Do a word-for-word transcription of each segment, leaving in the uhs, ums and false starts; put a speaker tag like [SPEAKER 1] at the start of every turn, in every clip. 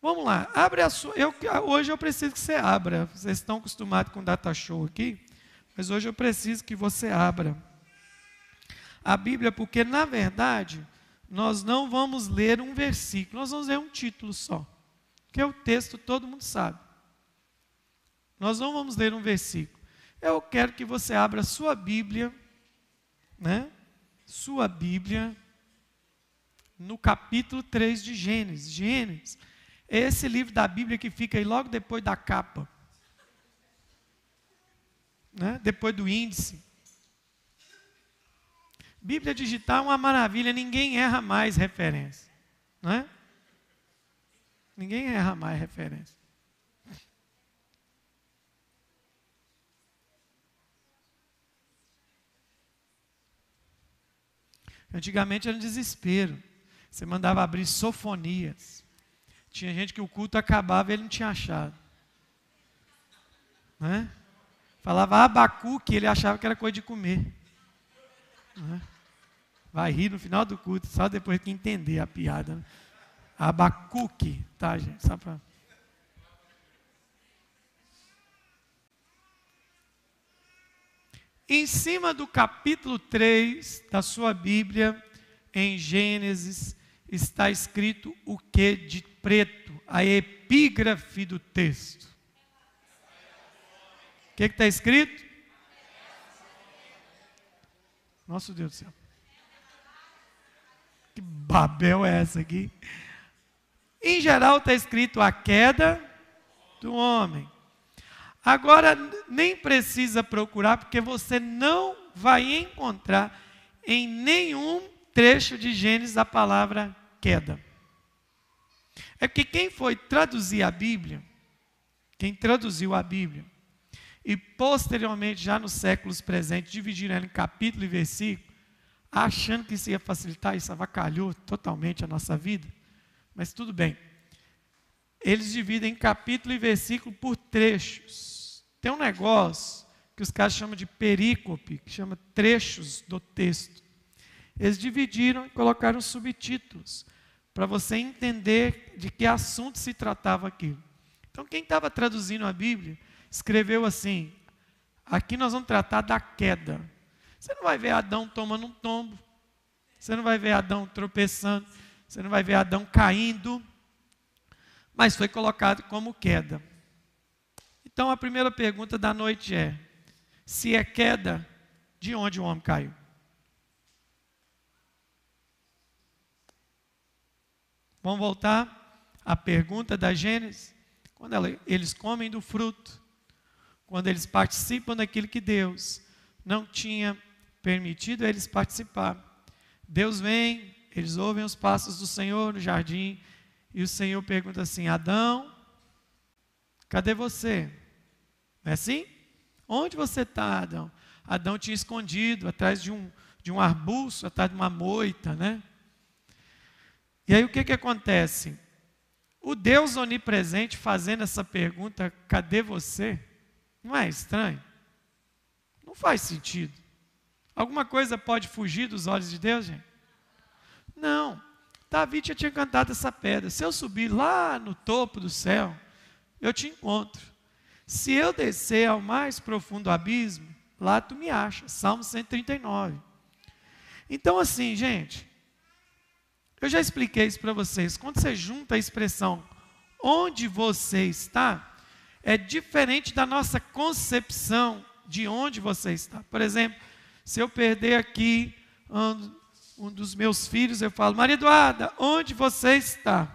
[SPEAKER 1] Vamos lá, abre a sua. Eu, hoje eu preciso que você abra. Vocês estão acostumados com data show aqui, mas hoje eu preciso que você abra a Bíblia, porque na verdade nós não vamos ler um versículo, nós vamos ler um título só, que é o texto, todo mundo sabe. Nós não vamos ler um versículo. Eu quero que você abra a sua Bíblia, né? Sua Bíblia, no capítulo três de Gênesis. Gênesis é esse livro da Bíblia que fica aí logo depois da capa, né? Depois do índice. Bíblia digital é uma maravilha, ninguém erra mais referência, né? Ninguém erra mais referência. Antigamente era um desespero. Você mandava abrir Sofonias. Tinha gente que o culto acabava e ele não tinha achado, né? Falava Abacuque, ele achava que era coisa de comer, né? Vai rir no final do culto, só depois que entender a piada, né? Abacuque, tá, gente? Só pra... Em cima do capítulo três da sua Bíblia, em Gênesis, está escrito o que de preto? A epígrafe do texto. O que está escrito? Nosso Deus do céu. Que Babel é essa aqui? Em geral está escrito a queda do homem. Agora, nem precisa procurar, porque você não vai encontrar em nenhum trecho de Gênesis a palavra queda. É porque quem foi traduzir a Bíblia, quem traduziu a Bíblia, e posteriormente, já nos séculos presentes, dividiram ela em capítulo e versículo, achando que isso ia facilitar, isso avacalhou totalmente a nossa vida, mas tudo bem. Eles dividem em capítulo e versículo por trechos. Tem um negócio que os caras chamam de perícope, que chama trechos do texto. Eles dividiram e colocaram subtítulos, para você entender de que assunto se tratava aquilo. Então, quem estava traduzindo a Bíblia, escreveu assim, aqui nós vamos tratar da queda. Você não vai ver Adão tomando um tombo, você não vai ver Adão tropeçando, você não vai ver Adão caindo, mas foi colocado como queda. Então, a primeira pergunta da noite é, se é queda, de onde o homem caiu? Vamos voltar à pergunta da Gênesis. Quando ela, eles comem do fruto, quando eles participam daquilo que Deus não tinha permitido a eles participar. Deus vem, eles ouvem os passos do Senhor no jardim, e o Senhor pergunta assim, Adão, cadê você? Não é assim? Onde você está, Adão? Adão tinha escondido atrás de um, de um arbusto, atrás de uma moita, né? E aí o que que acontece? O Deus onipresente fazendo essa pergunta, cadê você? Não é estranho? Não faz sentido. Alguma coisa pode fugir dos olhos de Deus, gente? Não. Davi já tinha cantado essa pedra. Se eu subir lá no topo do céu, eu te encontro. Se eu descer ao mais profundo abismo, lá tu me achas. Salmo cento e trinta e nove. Então assim, gente, eu já expliquei isso para vocês. Quando você junta a expressão onde você está, é diferente da nossa concepção de onde você está. Por exemplo, se eu perder aqui um, um dos meus filhos, eu falo, Maria Eduarda, onde você está?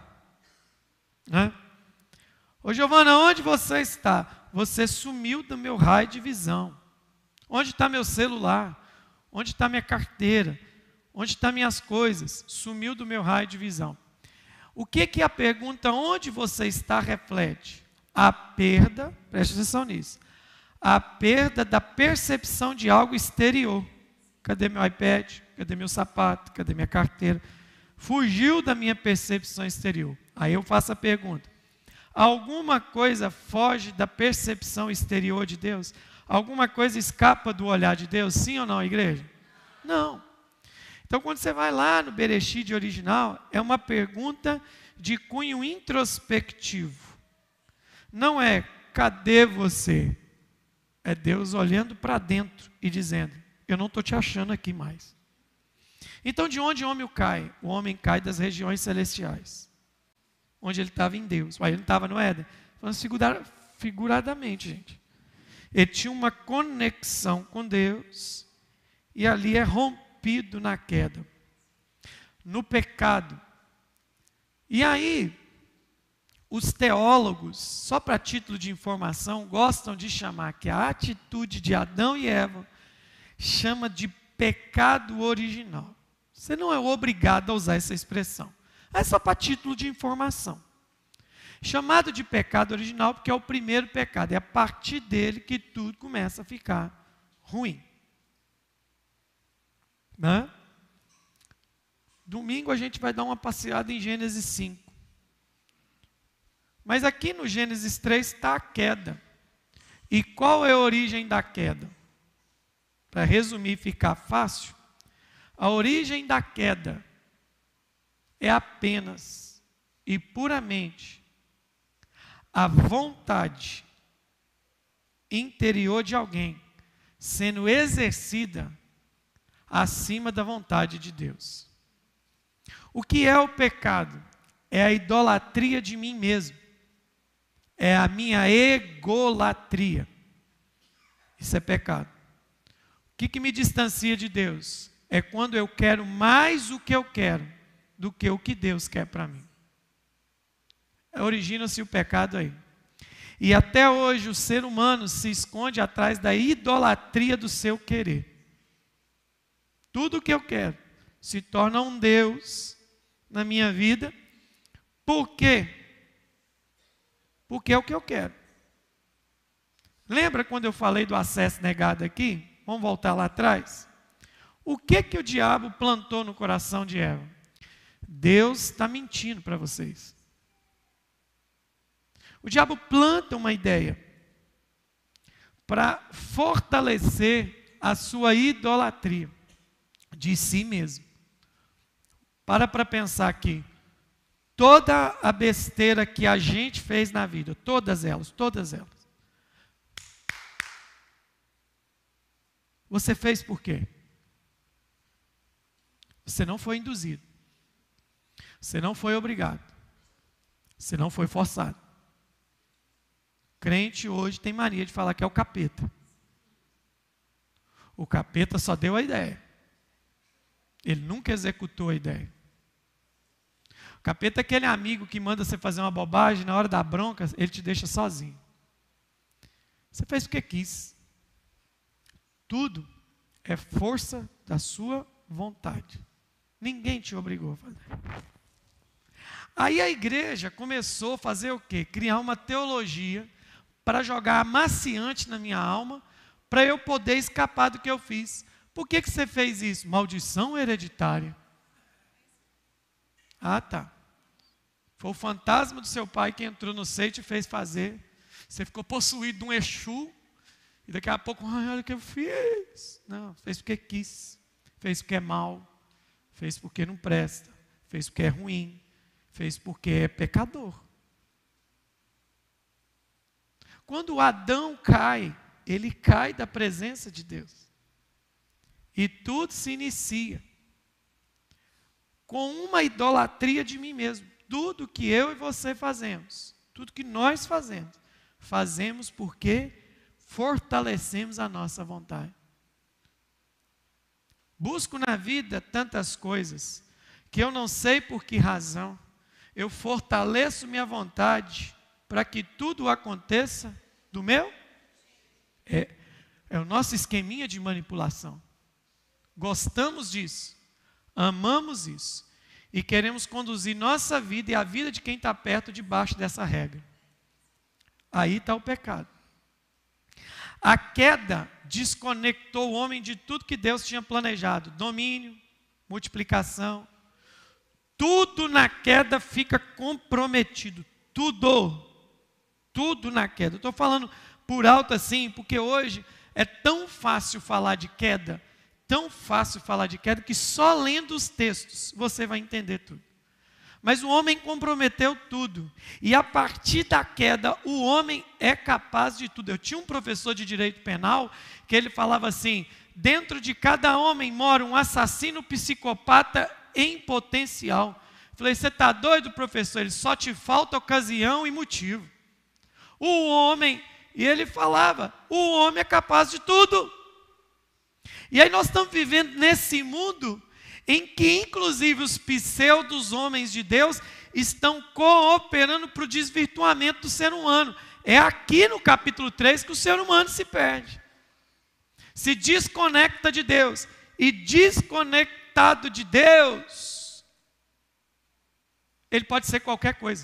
[SPEAKER 1] Né? Ô Giovana, onde você está? Você sumiu do meu raio de visão. Onde está meu celular? Onde está minha carteira? Onde estão minhas coisas? Sumiu do meu raio de visão. O que que a pergunta onde você está reflete? A perda, preste atenção nisso, a perda da percepção de algo exterior. Cadê meu iPad? Cadê meu sapato? Cadê minha carteira? Fugiu da minha percepção exterior. Aí eu faço a pergunta, alguma coisa foge da percepção exterior de Deus? Alguma coisa escapa do olhar de Deus? Sim ou não, igreja? Não. Então, quando você vai lá no Bereshit original, é uma pergunta de cunho introspectivo. Não é cadê você? É Deus olhando para dentro e dizendo, eu não estou te achando aqui mais. Então, de onde o homem cai? O homem cai das regiões celestiais, onde ele estava em Deus. Ué, ele não estava no Éden? Falando figuradamente, gente. Ele tinha uma conexão com Deus e ali é rompido na queda, no pecado. E aí, os teólogos, só para título de informação, gostam de chamar que a atitude de Adão e Eva chama de pecado original. Você não é obrigado a usar essa expressão. É só para título de informação. Chamado de pecado original porque é o primeiro pecado. É a partir dele que tudo começa a ficar ruim. Né? Domingo a gente vai dar uma passeada em Gênesis cinco. Mas aqui no Gênesis três está a queda. E qual é a origem da queda? Para resumir e ficar fácil, a origem da queda é apenas e puramente a vontade interior de alguém sendo exercida acima da vontade de Deus. O que é o pecado? É a idolatria de mim mesmo. É a minha egolatria. Isso é pecado. O que, que me distancia de Deus? É quando eu quero mais o que eu quero do que o que Deus quer para mim. Origina-se o pecado aí. E até hoje o ser humano se esconde atrás da idolatria do seu querer. Tudo o que eu quero se torna um Deus na minha vida. Por quê? Porque é o que eu quero. Lembra quando eu falei do acesso negado aqui? Vamos voltar lá atrás? O que que o diabo plantou no coração de Eva? Deus está mentindo para vocês. O diabo planta uma ideia para fortalecer a sua idolatria de si mesmo. Para para pensar aqui. Toda a besteira que a gente fez na vida, todas elas, todas elas. Você fez por quê? Você não foi induzido. Você não foi obrigado. Você não foi forçado. Crente hoje tem mania de falar que é o capeta. O capeta só deu a ideia. Ele nunca executou a ideia. O capeta é aquele amigo que manda você fazer uma bobagem, na hora da bronca, ele te deixa sozinho. Você fez o que quis. Tudo é força da sua vontade. Ninguém te obrigou a fazer. Aí a igreja começou a fazer o quê? Criar uma teologia para jogar amaciante na minha alma, para eu poder escapar do que eu fiz. Por que que você fez isso? Maldição hereditária. Ah, tá. Foi o fantasma do seu pai que entrou no seio e te fez fazer. Você ficou possuído de um Exu, e daqui a pouco, ai, olha o que eu fiz. Não, fez porque quis. Fez porque é mal. Fez porque não presta. Fez porque é ruim. Fez porque é pecador. Quando Adão cai, ele cai da presença de Deus. E tudo se inicia com uma idolatria de mim mesmo. Tudo que eu e você fazemos, tudo que nós fazemos, fazemos porque fortalecemos a nossa vontade. Busco na vida tantas coisas que eu não sei por que razão eu fortaleço minha vontade para que tudo aconteça do meu. É, é o nosso esqueminha de manipulação. Gostamos disso, amamos isso e queremos conduzir nossa vida e a vida de quem está perto debaixo dessa regra. Aí está o pecado. A queda desconectou o homem de tudo que Deus tinha planejado. Domínio, multiplicação. Tudo na queda fica comprometido. Tudo. Tudo na queda. Estou falando por alto assim, porque hoje é tão fácil falar de queda, tão fácil falar de queda, que só lendo os textos você vai entender tudo. Mas o homem comprometeu tudo. E a partir da queda, o homem é capaz de tudo. Eu tinha um professor de direito penal que ele falava assim: dentro de cada homem mora um assassino psicopata em potencial. Eu falei: você está doido, professor? Ele só te falta ocasião e motivo. O homem, e ele falava, o homem é capaz de tudo. E aí nós estamos vivendo nesse mundo em que inclusive os pseudos homens de Deus estão cooperando para o desvirtuamento do ser humano. É aqui no capítulo três que o ser humano se perde. Se desconecta de Deus. E desconectado de Deus, ele pode ser qualquer coisa.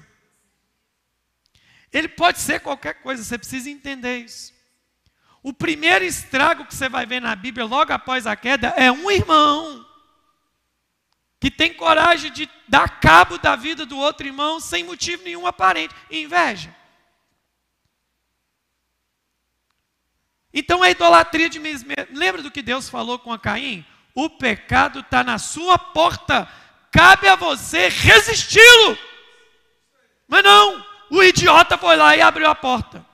[SPEAKER 1] Ele pode ser qualquer coisa, você precisa entender isso. O primeiro estrago que você vai ver na Bíblia, logo após a queda, é um irmão que tem coragem de dar cabo da vida do outro irmão sem motivo nenhum aparente. Inveja. Então a idolatria de mesmo. Lembra do que Deus falou com a Caim? O pecado está na sua porta. Cabe a você resisti-lo. Mas não, o idiota foi lá e abriu a porta.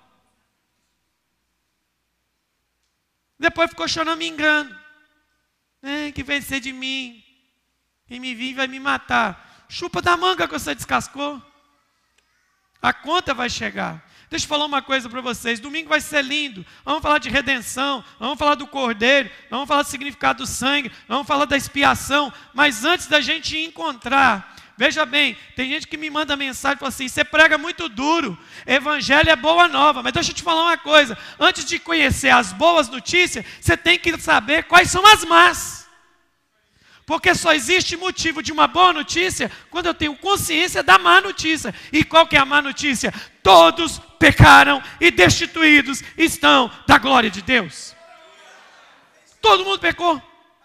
[SPEAKER 1] Depois ficou chorando, me engano. É, que vencer de mim. Quem me vir vai me matar. Chupa da manga que você descascou. A conta vai chegar. Deixa eu falar uma coisa para vocês. Domingo vai ser lindo. Vamos falar de redenção. Vamos falar do cordeiro. Vamos falar do significado do sangue. Vamos falar da expiação. Mas antes da gente encontrar, veja bem, tem gente que me manda mensagem e fala assim: você prega muito duro. Evangelho é boa nova. Mas deixa eu te falar uma coisa. Antes de conhecer as boas notícias, você tem que saber quais são as más. Porque só existe motivo de uma boa notícia quando eu tenho consciência da má notícia. E qual que é a má notícia? Todos pecaram e destituídos estão da glória de Deus. Todo mundo pecou.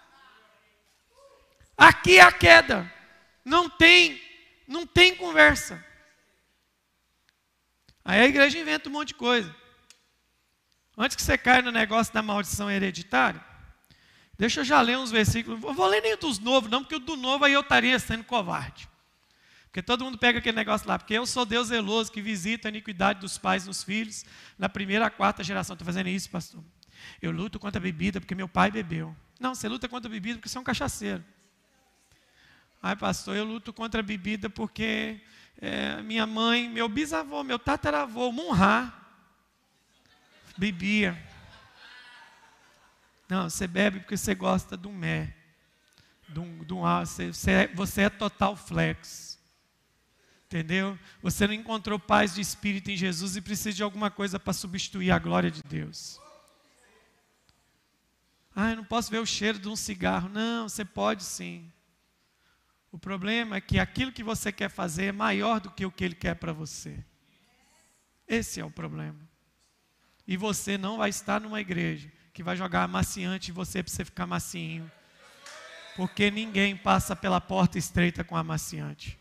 [SPEAKER 1] Aqui é a queda. Não tem, não tem conversa. Aí a igreja inventa um monte de coisa. Antes que você caia no negócio da maldição hereditária, deixa eu já ler uns versículos. Não vou ler nem dos novos, não, porque o do novo aí eu estaria sendo covarde. Porque todo mundo pega aquele negócio lá, porque eu sou Deus zeloso que visita a iniquidade dos pais nos filhos, na primeira a quarta geração. Estou fazendo isso, pastor. Eu luto contra a bebida porque meu pai bebeu. Não, você luta contra a bebida porque você é um cachaceiro. Ai, pastor, eu luto contra a bebida porque é, minha mãe, meu bisavô, meu tataravô, Munhá, bebia. Não, você bebe porque você gosta do mé. Do, do, você, você, é, você é total flex. Entendeu? Você não encontrou paz de espírito em Jesus e precisa de alguma coisa para substituir a glória de Deus. Ah, eu não posso ver o cheiro de um cigarro. Não, você pode sim. O problema é que aquilo que você quer fazer é maior do que o que Ele quer para você. Esse é o problema. E você não vai estar numa igreja que vai jogar amaciante em você para você ficar macinho. Porque ninguém passa pela porta estreita com amaciante.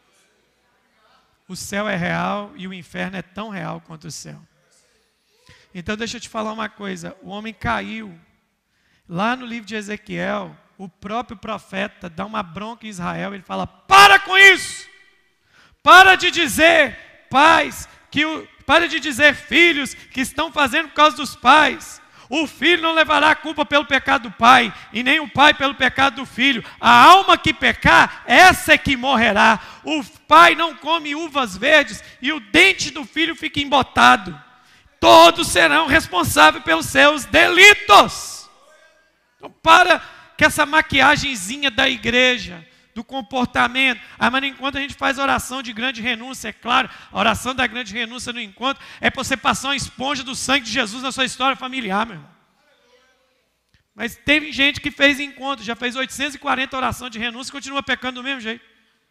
[SPEAKER 1] O céu é real e o inferno é tão real quanto o céu. Então deixa eu te falar uma coisa. O homem caiu. Lá no livro de Ezequiel, o próprio profeta dá uma bronca em Israel. Ele fala: para com isso. Para de dizer pais, que o, para de dizer filhos que estão fazendo por causa dos pais. O filho não levará a culpa pelo pecado do pai, e nem o pai pelo pecado do filho. A alma que pecar, essa é que morrerá. O pai não come uvas verdes, e o dente do filho fica embotado. Todos serão responsáveis pelos seus delitos. Então para que essa maquiagemzinha da igreja, do comportamento. Ah, mas no encontro a gente faz oração de grande renúncia, é claro. A oração da grande renúncia no encontro é para você passar uma esponja do sangue de Jesus na sua história familiar, meu irmão. Mas teve gente que fez encontro, já fez oitocentas e quarenta orações de renúncia e continua pecando do mesmo jeito.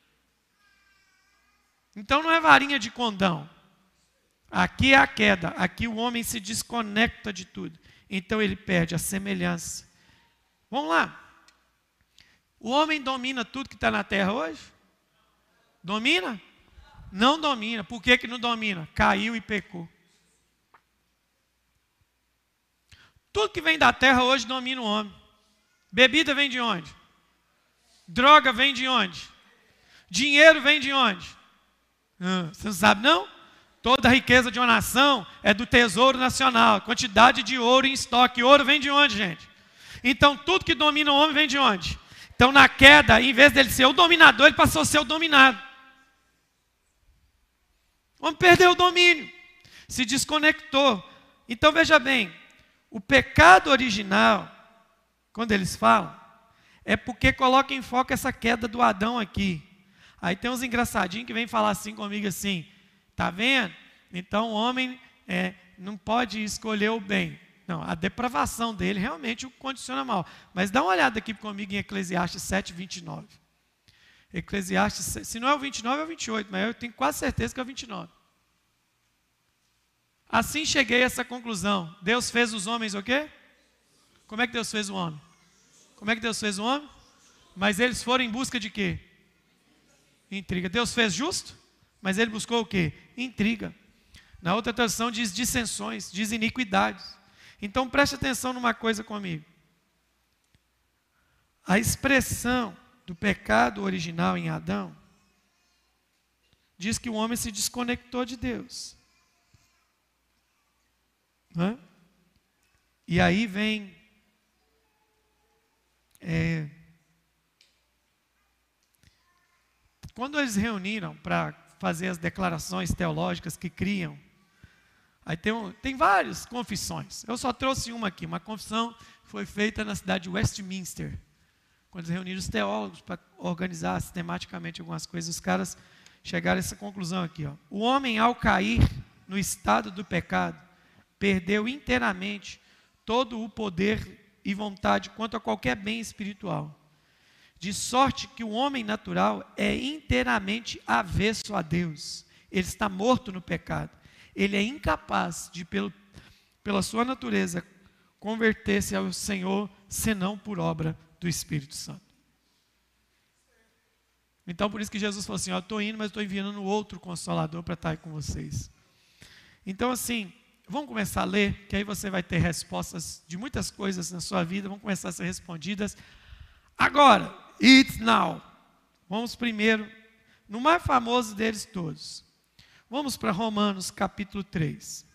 [SPEAKER 1] Então não é varinha de condão. Aqui é a queda, aqui o homem se desconecta de tudo. Então ele perde a semelhança. Vamos lá. O homem domina tudo que está na terra hoje? Domina? Não domina. Por que que não domina? Caiu e pecou. Tudo que vem da terra hoje domina o homem. Bebida vem de onde? Droga vem de onde? Dinheiro vem de onde? Hum, você não sabe não? Toda a riqueza de uma nação é do tesouro nacional. Quantidade de ouro em estoque. Ouro vem de onde, gente? Então tudo que domina o homem vem de onde? Então na queda, em vez dele ser o dominador, ele passou a ser o dominado. O homem perdeu o domínio. Se desconectou. Então veja bem, o pecado original, quando eles falam, é porque coloca em foco essa queda do Adão aqui. Aí tem uns engraçadinhos que vêm falar assim comigo assim, tá vendo? Então o homem é, não pode escolher o bem. Não, a depravação dele realmente o condiciona mal. Mas dá uma olhada aqui comigo em Eclesiastes sete, vinte e nove. Eclesiastes, se não é o vinte e nove, é o vinte e oito, mas eu tenho quase certeza que é o vinte e nove. Assim cheguei a essa conclusão. Deus fez os homens o quê? Como é que Deus fez o homem? Como é que Deus fez o homem? Mas eles foram em busca de quê? Intriga. Deus fez justo? Mas ele buscou o quê? Intriga. Na outra tradução diz dissensões, diz iniquidades. Então preste atenção numa coisa comigo. A expressão do pecado original em Adão diz que o homem se desconectou de Deus. Hã? E aí vem é, quando eles reuniram para fazer as declarações teológicas que criam, aí tem, um, tem várias confissões. Eu só trouxe uma aqui. Uma confissão foi feita na cidade de Westminster, quando eles reuniram os teólogos para organizar sistematicamente algumas coisas. Os caras chegaram a essa conclusão aqui. Ó. O homem, ao cair no estado do pecado, perdeu inteiramente todo o poder e vontade quanto a qualquer bem espiritual. De sorte que o homem natural é inteiramente avesso a Deus. Ele está morto no pecado. Ele é incapaz de, pelo, pela sua natureza, converter-se ao Senhor, senão por obra do Espírito Santo. Então, por isso que Jesus falou assim, ó, eu estou indo, mas estou enviando outro Consolador para estar aí com vocês. Então, assim, vamos começar a ler, que aí você vai ter respostas de muitas coisas na sua vida, vão começar a ser respondidas. Agora, it's now. Vamos primeiro, no mais famoso deles todos. Vamos para Romanos capítulo três.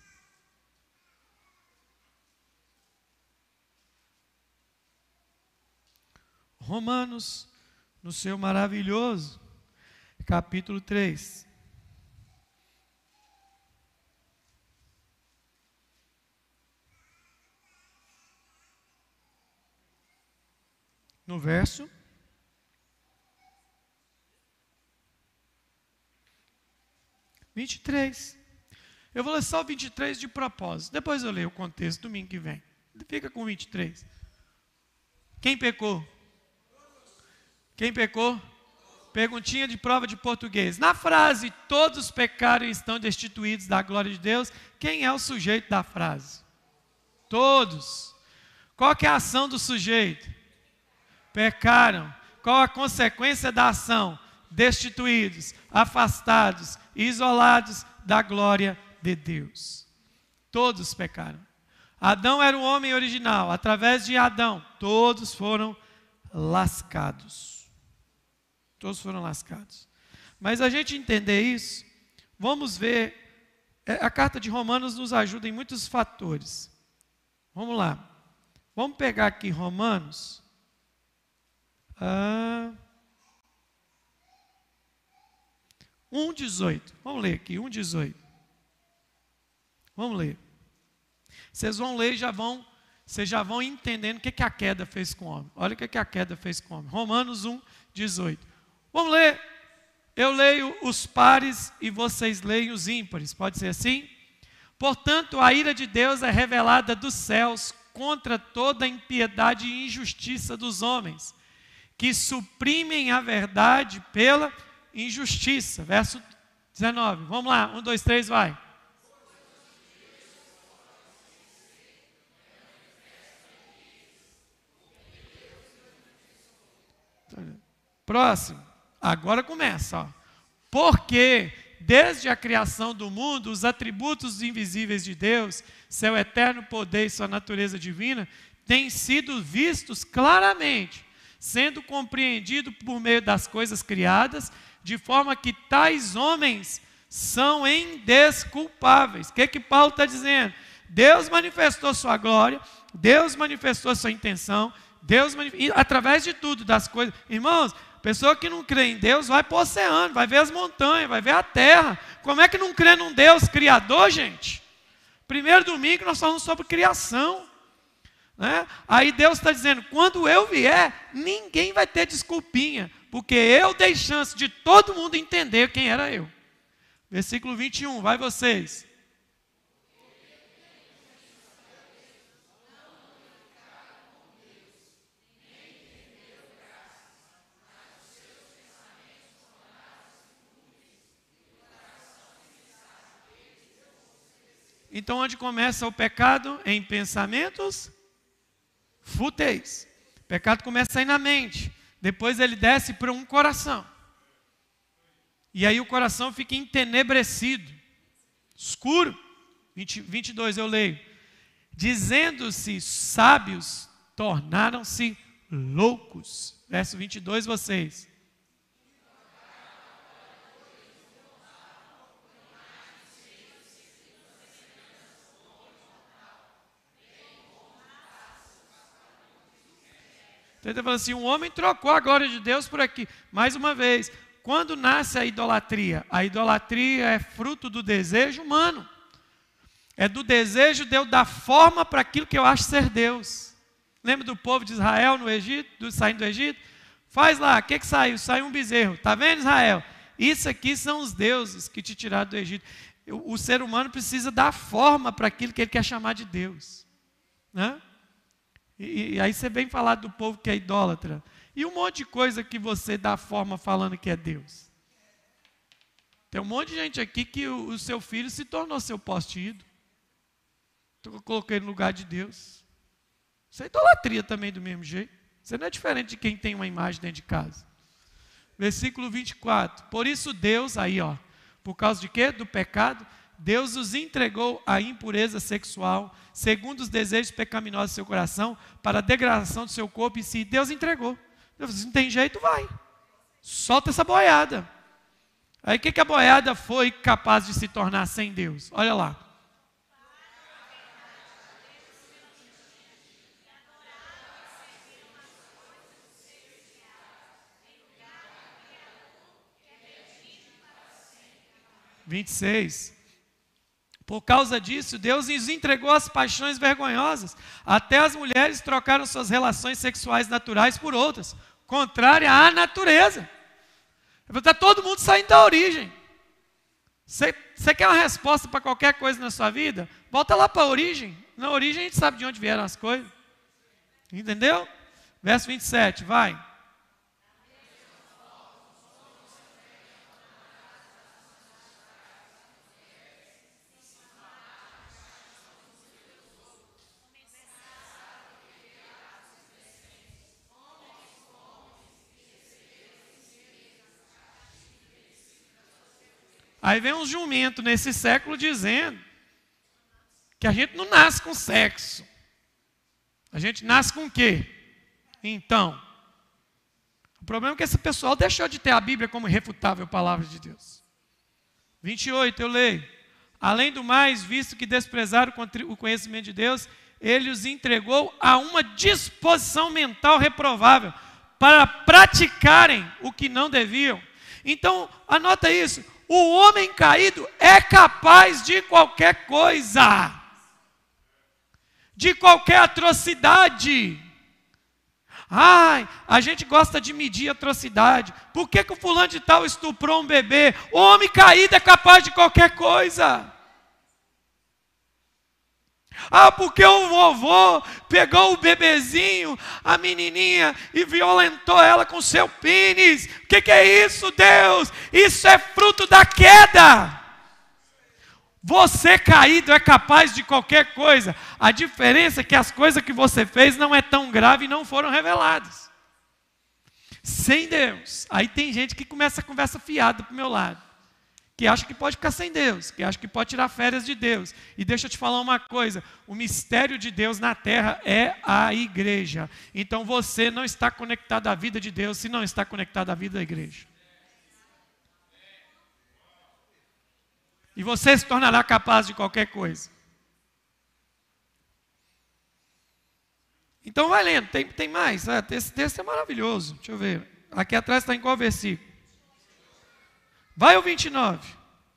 [SPEAKER 1] Romanos, no seu maravilhoso capítulo três. No verso vinte e três. Eu vou ler só o vinte e três de propósito. Depois eu leio o contexto domingo que vem. Fica com vinte e três. Quem pecou? Quem pecou? Perguntinha de prova de português. Na frase, todos pecaram e estão destituídos da glória de Deus, quem é o sujeito da frase? Todos. Qual que é a ação do sujeito? Pecaram. Qual a consequência da ação? Destituídos, afastados, isolados da glória de Deus. Todos pecaram. Adão era o homem original. Através de Adão, todos foram lascados. Todos foram lascados. Mas a gente entender isso, vamos ver, a carta de Romanos nos ajuda em muitos fatores. Vamos lá. Vamos pegar aqui Romanos. Ah, um, dezoito. Vamos ler aqui, um, dezoito. Vamos ler. Vocês vão ler e já vão, vocês já vão entendendo o que, que a queda fez com o homem. Olha o que, que a queda fez com o homem. Romanos um, dezoito. Vamos ler. Eu leio os pares e vocês leem os ímpares. Pode ser assim? Portanto, a ira de Deus é revelada dos céus contra toda a impiedade e injustiça dos homens, que suprimem a verdade pela injustiça. Verso dezenove. Vamos lá. Um, dois, três, vai. Próximo. Agora começa. Ó. Porque desde a criação do mundo, os atributos invisíveis de Deus, seu eterno poder e sua natureza divina, têm sido vistos claramente, sendo compreendido por meio das coisas criadas, de forma que tais homens são indesculpáveis. O que que Paulo está dizendo? Deus manifestou sua glória, Deus manifestou sua intenção, Deus manifestou, através de tudo, das coisas. Irmãos, pessoa que não crê em Deus vai para o oceano, vai ver as montanhas, vai ver a terra. Como é que não crê num Deus criador, gente? Primeiro domingo nós falamos sobre criação. Né? Aí Deus está dizendo, quando eu vier, ninguém vai ter desculpinha, porque eu dei chance de todo mundo entender quem era eu. Versículo vinte e um, vai vocês. Então, onde começa o pecado? Em pensamentos fúteis. O pecado começa aí na mente. Depois ele desce para um coração. E aí o coração fica entenebrecido, escuro. vinte, vinte e dois eu leio. Dizendo-se sábios, tornaram-se loucos. Verso vinte e dois, vocês. Então ele fala assim, um homem trocou a glória de Deus por aqui. Mais uma vez, quando nasce a idolatria? A idolatria é fruto do desejo humano. É do desejo de eu dar forma para aquilo que eu acho ser Deus. Lembra do povo de Israel no Egito, do, saindo do Egito? Faz lá, o que, que saiu? Saiu um bezerro. Está vendo, Israel? Isso aqui são os deuses que te tiraram do Egito. O, o ser humano precisa dar forma para aquilo que ele quer chamar de Deus. Né? E, e aí você vem falar do povo que é idólatra. E um monte de coisa que você dá forma falando que é Deus. Tem um monte de gente aqui que o, o seu filho se tornou seu poste-ídolo. Então eu coloquei no lugar de Deus. Isso é idolatria também do mesmo jeito. Você não é diferente de quem tem uma imagem dentro de casa. Versículo vinte e quatro. Por isso Deus, aí ó, por causa de quê? Do pecado. Deus os entregou à impureza sexual, segundo os desejos pecaminosos do seu coração, para a degradação do seu corpo em si. Deus entregou. Deus disse, não tem jeito, vai. Solta essa boiada. Aí o que, que a boiada foi capaz de se tornar sem Deus? Olha lá. vinte e seis. Por causa disso, Deus lhes entregou as paixões vergonhosas. Até as mulheres trocaram suas relações sexuais naturais por outras, contrária à natureza. Está todo mundo saindo da origem. Você, você quer uma resposta para qualquer coisa na sua vida? Volta lá para a origem. Na origem a gente sabe de onde vieram as coisas. Entendeu? Verso vinte e sete, vai. Aí vem um jumento nesse século dizendo que a gente não nasce com sexo. A gente nasce com o quê? Então, o problema é que esse pessoal deixou de ter a Bíblia como irrefutável palavra de Deus. vinte e oito, eu leio. Além do mais, visto que desprezaram o conhecimento de Deus, ele os entregou a uma disposição mental reprovável para praticarem o que não deviam. Então, anota isso. O homem caído é capaz de qualquer coisa, de qualquer atrocidade. Ai, a gente gosta de medir atrocidade. Por que que o fulano de tal estuprou um bebê? O homem caído é capaz de qualquer coisa. Ah, porque o vovô pegou o bebezinho, a menininha, e violentou ela com seu pênis. O que, que é isso, Deus? Isso é fruto da queda. Você caído é capaz de qualquer coisa. A diferença é que as coisas que você fez não é tão grave e não foram reveladas. Sem Deus. Aí tem gente que começa a conversa fiada para o meu lado. Que acha que pode ficar sem Deus, que acha que pode tirar férias de Deus. E deixa eu te falar uma coisa, o mistério de Deus na terra é a igreja. Então você não está conectado à vida de Deus se não está conectado à vida da igreja. E você se tornará capaz de qualquer coisa. Então vai lendo, tem, tem mais. Esse texto é maravilhoso. Deixa eu ver. Aqui atrás está em qual versículo? Vai o vinte e nove.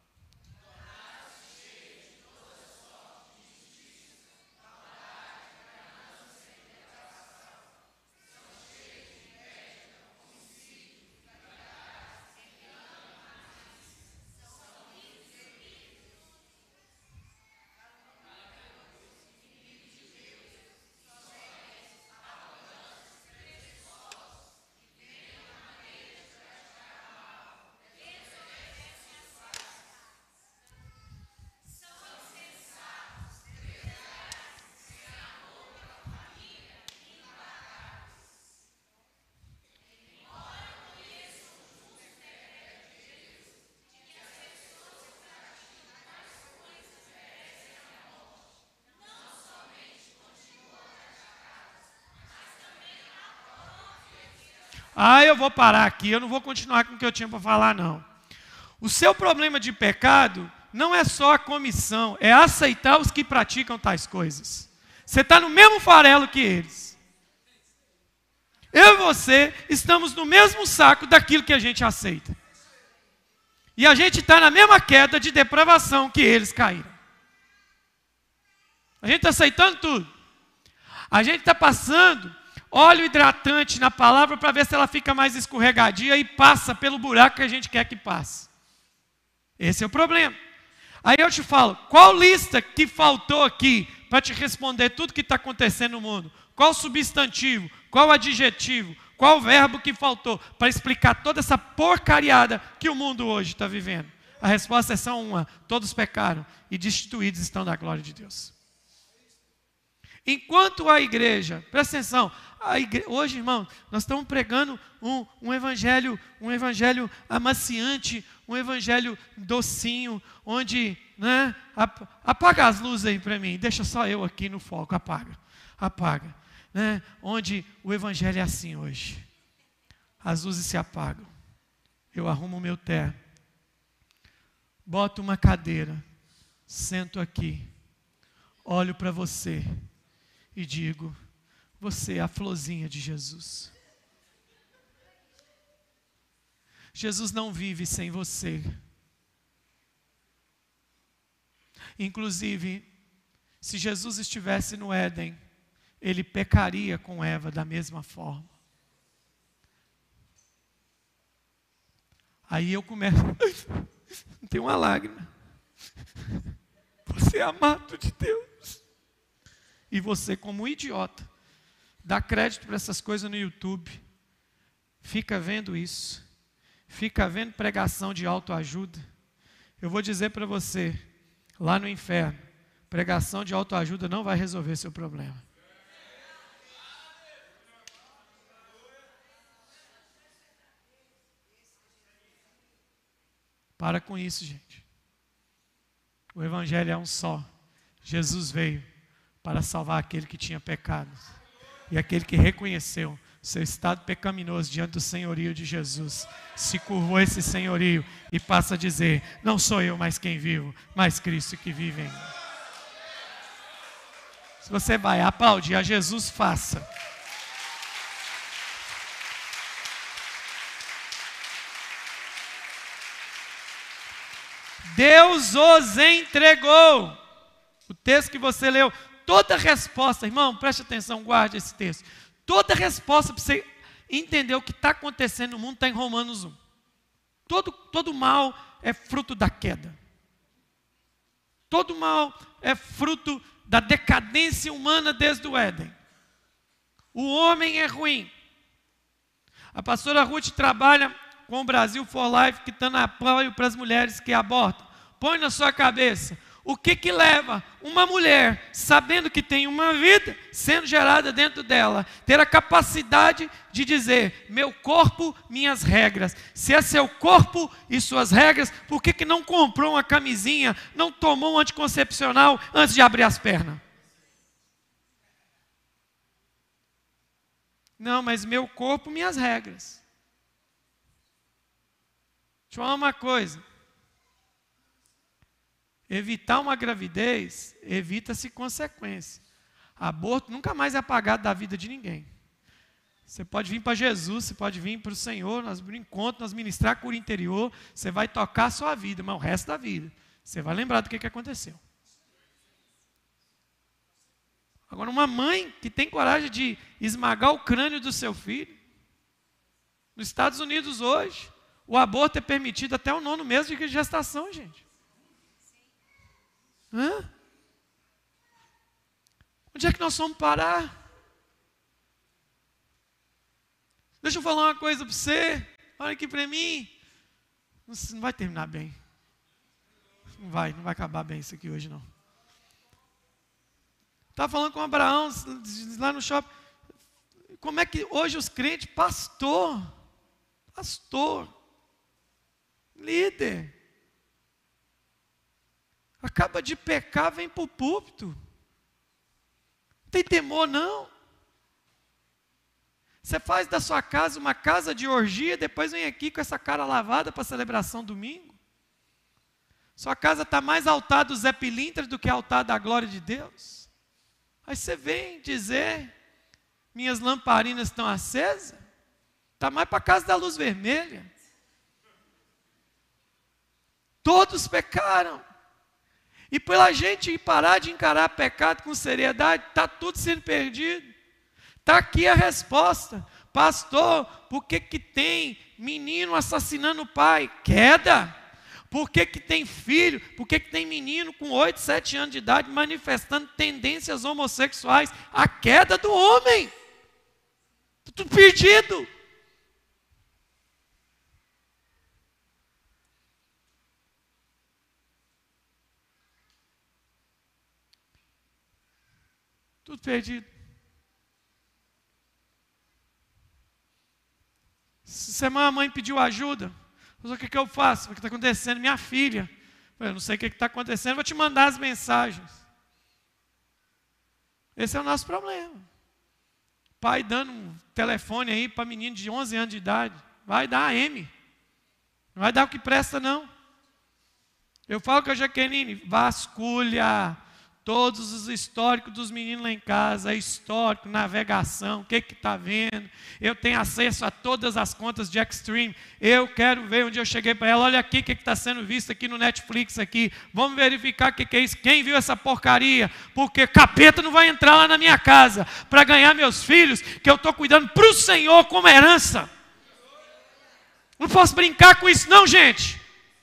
[SPEAKER 1] Ah, eu vou parar aqui, eu não vou continuar com o que eu tinha para falar, não. O seu problema de pecado não é só a comissão, é aceitar os que praticam tais coisas. Você está no mesmo farelo que eles. Eu e você estamos no mesmo saco daquilo que a gente aceita. E a gente está na mesma queda de depravação que eles caíram. A gente está aceitando tudo. A gente está passando óleo hidratante na palavra para ver se ela fica mais escorregadia e passa pelo buraco que a gente quer que passe. Esse é o problema. Aí eu te falo, qual lista que faltou aqui para te responder tudo que está acontecendo no mundo? Qual substantivo? Qual adjetivo? Qual verbo que faltou para explicar toda essa porcariada que o mundo hoje está vivendo? A resposta é só uma: todos pecaram e destituídos estão da glória de Deus. Enquanto a igreja, presta atenção, a igreja, hoje, irmão, nós estamos pregando um, um evangelho, um evangelho amaciante, um evangelho docinho, onde, né, apaga as luzes aí para mim, deixa só eu aqui no foco, apaga, apaga, né, onde o evangelho é assim hoje, as luzes se apagam, eu arrumo o meu terno, boto uma cadeira, sento aqui, olho para você e digo: você é a florzinha de Jesus. Jesus não vive sem você. Inclusive, se Jesus estivesse no Éden, ele pecaria com Eva da mesma forma. Aí eu começo, tem uma lágrima. Você é amado de Deus. E você, como idiota, dá crédito para essas coisas no YouTube, fica vendo isso, fica vendo pregação de autoajuda. Eu vou dizer para você, lá no inferno, pregação de autoajuda não vai resolver seu problema. Para com isso, gente. O evangelho é um só. Jesus veio para salvar aquele que tinha pecados. E aquele que reconheceu seu estado pecaminoso diante do senhorio de Jesus, se curvou esse senhorio e passa a dizer: não sou eu mais quem vivo, mas Cristo que vive em mim. Se você vai aplaudir a Jesus, faça. Deus os entregou. O texto que você leu, toda resposta, irmão, preste atenção, guarde esse texto. Toda resposta para você entender o que está acontecendo no mundo está em Romanos um. Todo, todo mal é fruto da queda. Todo mal é fruto da decadência humana desde o Éden. O homem é ruim. A pastora Ruth trabalha com o Brasil for Life, que está na apoio para as mulheres que abortam. Põe na sua cabeça, o que que leva uma mulher, sabendo que tem uma vida sendo gerada dentro dela, ter a capacidade de dizer: meu corpo, minhas regras. Se é seu corpo e suas regras, por que que não comprou uma camisinha, não tomou um anticoncepcional antes de abrir as pernas? Não, mas meu corpo, minhas regras. Deixa eu falar uma coisa. Evitar uma gravidez, evita-se consequência. Aborto nunca mais é apagado da vida de ninguém. Você pode vir para Jesus, você pode vir para o Senhor, nós encontro, nós ministrar cura interior, você vai tocar a sua vida, mas o resto da vida, você vai lembrar do que, que aconteceu. Agora, uma mãe que tem coragem de esmagar o crânio do seu filho, nos Estados Unidos hoje, o aborto é permitido até o nono mês de gestação, gente. Hã? Onde é que nós vamos parar? Deixa eu falar uma coisa para você. Olha aqui para mim. Não vai terminar bem. Não vai, não vai acabar bem isso aqui hoje não. Estava falando com o Abraão lá no shopping. Como é que hoje os crentes, pastor, pastor, líder, acaba de pecar, vem para o púlpito. Não tem temor não. Você faz da sua casa uma casa de orgia, depois vem aqui com essa cara lavada para a celebração domingo. Sua casa está mais altar do Zé Pilintra do que altar da glória de Deus. Aí você vem dizer, minhas lamparinas estão acesas, está mais para a casa da luz vermelha. Todos pecaram. E pela gente parar de encarar pecado com seriedade, está tudo sendo perdido. Está aqui a resposta. Pastor, por que que tem menino assassinando o pai? Queda. Por que que tem filho? Por que que tem menino com oito, sete anos de idade manifestando tendências homossexuais? A queda do homem. Está tudo perdido. Tudo perdido. Semana a mãe pediu ajuda. O que, que eu faço? O que está acontecendo? Minha filha. Eu não sei o que está acontecendo, vou te mandar as mensagens. Esse é o nosso problema. Pai dando um telefone aí para menino de onze anos de idade. Vai dar a M. Não vai dar o que presta, não. Eu falo com a Jaqueline, vasculha todos os históricos dos meninos lá em casa, histórico, navegação, o que que está vendo. Eu tenho acesso a todas as contas de Extreme. Eu quero ver onde eu cheguei para ela. Olha aqui o que está sendo visto aqui no Netflix aqui. Vamos verificar o que, que é isso. Quem viu essa porcaria? Porque capeta não vai entrar lá na minha casa para ganhar meus filhos, que eu estou cuidando para o Senhor como herança. Não posso brincar com isso não, gente.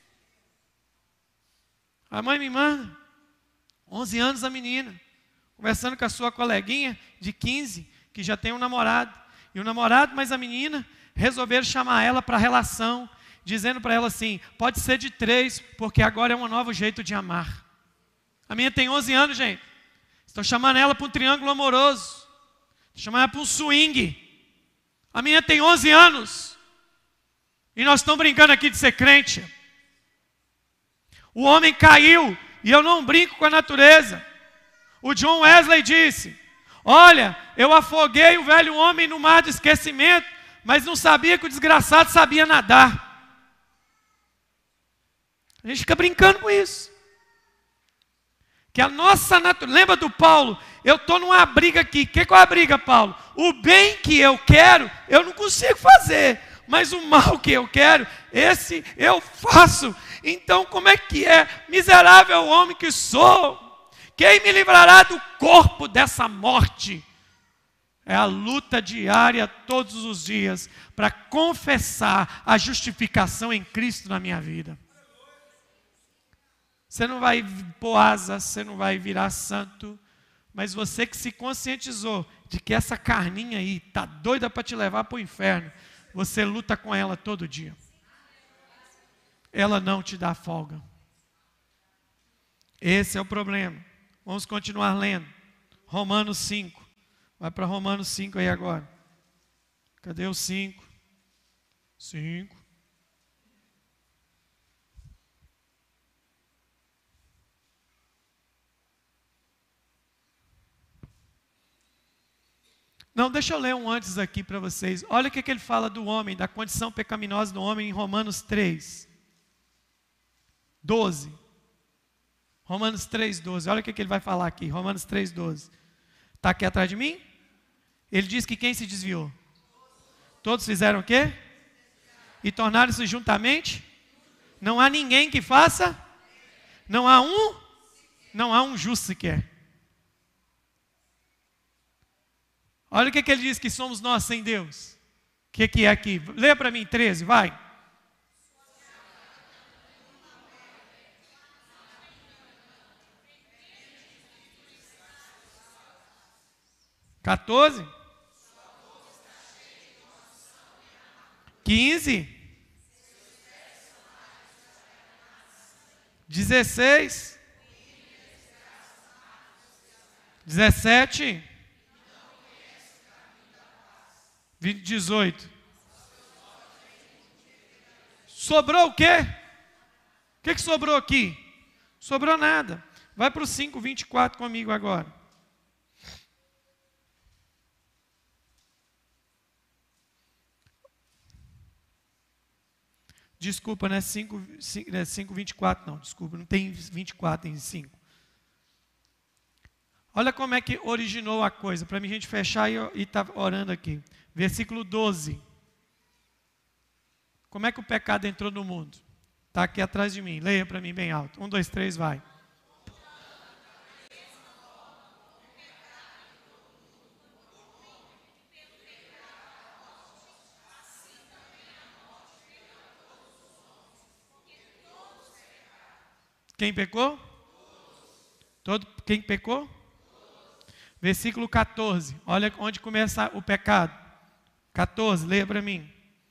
[SPEAKER 1] A mãe me manda. onze anos a menina, conversando com a sua coleguinha de quinze, que já tem um namorado. E o namorado, mais a menina, resolveram chamar ela para a relação, dizendo para ela assim, pode ser de três, porque agora é um novo jeito de amar. A menina tem onze anos, gente. Estão chamando ela para um triângulo amoroso. Estão chamando ela para um swing. A menina tem onze anos. E nós estamos brincando aqui de ser crente. O homem caiu. E eu não brinco com a natureza. O John Wesley disse, olha, eu afoguei o velho homem no mar de esquecimento, mas não sabia que o desgraçado sabia nadar. A gente fica brincando com isso. Que a nossa natureza, lembra do Paulo? Eu estou numa briga aqui. O que, que é a briga, Paulo? O bem que eu quero, eu não consigo fazer. Mas o mal que eu quero, esse eu faço. Então como é que é? Miserável homem que sou. Quem me livrará do corpo dessa morte? É a luta diária todos os dias para confessar a justificação em Cristo na minha vida. Você não vai pôr asa, você não vai virar santo, mas você que se conscientizou de que essa carninha aí está doida para te levar para o inferno, você luta com ela todo dia. Ela não te dá folga. Esse é o problema. Vamos continuar lendo. Romanos cinco. Vai para Romanos cinco aí agora. Cadê o cinco? cinco. Não, deixa eu ler um antes aqui para vocês. Olha o que, que ele fala do homem, da condição pecaminosa do homem em Romanos três. doze. Romanos três, doze. Olha o que, que ele vai falar aqui. Romanos três, doze. Está aqui atrás de mim? Ele diz que quem se desviou? Todos fizeram o quê? E tornaram-se juntamente? Não há ninguém que faça? Não há um? Não há um justo sequer. Olha o que, que ele diz que somos nós sem Deus. O que, que é aqui? Leia para mim, treze, vai. quatorze. quinze. dezesseis. dezessete. dezoito. Sobrou o quê? O que, que sobrou aqui? Sobrou nada. Vai para o cinco, vinte e quatro comigo agora. Desculpa, não é cinco, vinte e quatro, não. Desculpa, não tem vinte e quatro em cinco. Olha como é que originou a coisa, para mim a gente fechar e estar tá orando aqui. Versículo doze. Como é que o pecado entrou no mundo? Está aqui atrás de mim. Leia para mim bem alto. Um, dois, três, vai. Quem pecou? Todo, quem pecou? Versículo quatorze. Olha onde começa o pecado. quatorze, leia para mim.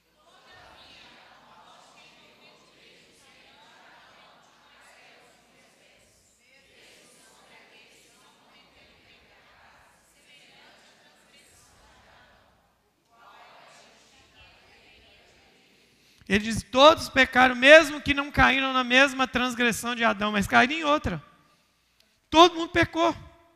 [SPEAKER 1] Ele diz, todos pecaram, mesmo que não caíram na mesma transgressão de Adão, mas caíram em outra. Todo mundo pecou.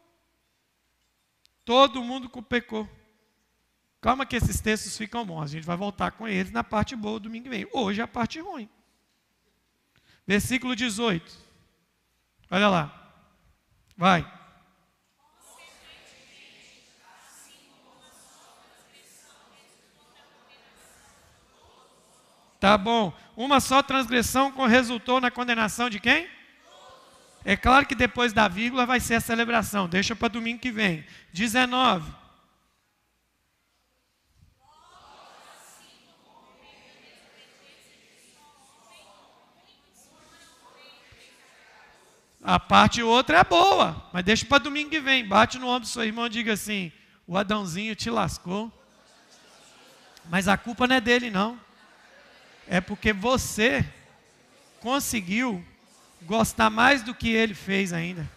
[SPEAKER 1] Todo mundo pecou. Calma que esses textos ficam bons. A gente vai voltar com eles na parte boa do domingo que vem. Hoje é a parte ruim. Versículo dezoito. Olha lá. Vai. Tá bom. Uma só transgressão resultou na condenação de quem? É claro que depois da vírgula vai ser a celebração. Deixa para domingo que vem. dezenove. A parte outra é boa, mas deixa para domingo que vem. Bate no ombro do seu irmão e diga assim, o Adãozinho te lascou. Mas a culpa não é dele, não. É porque você conseguiu gostar mais do que ele fez ainda.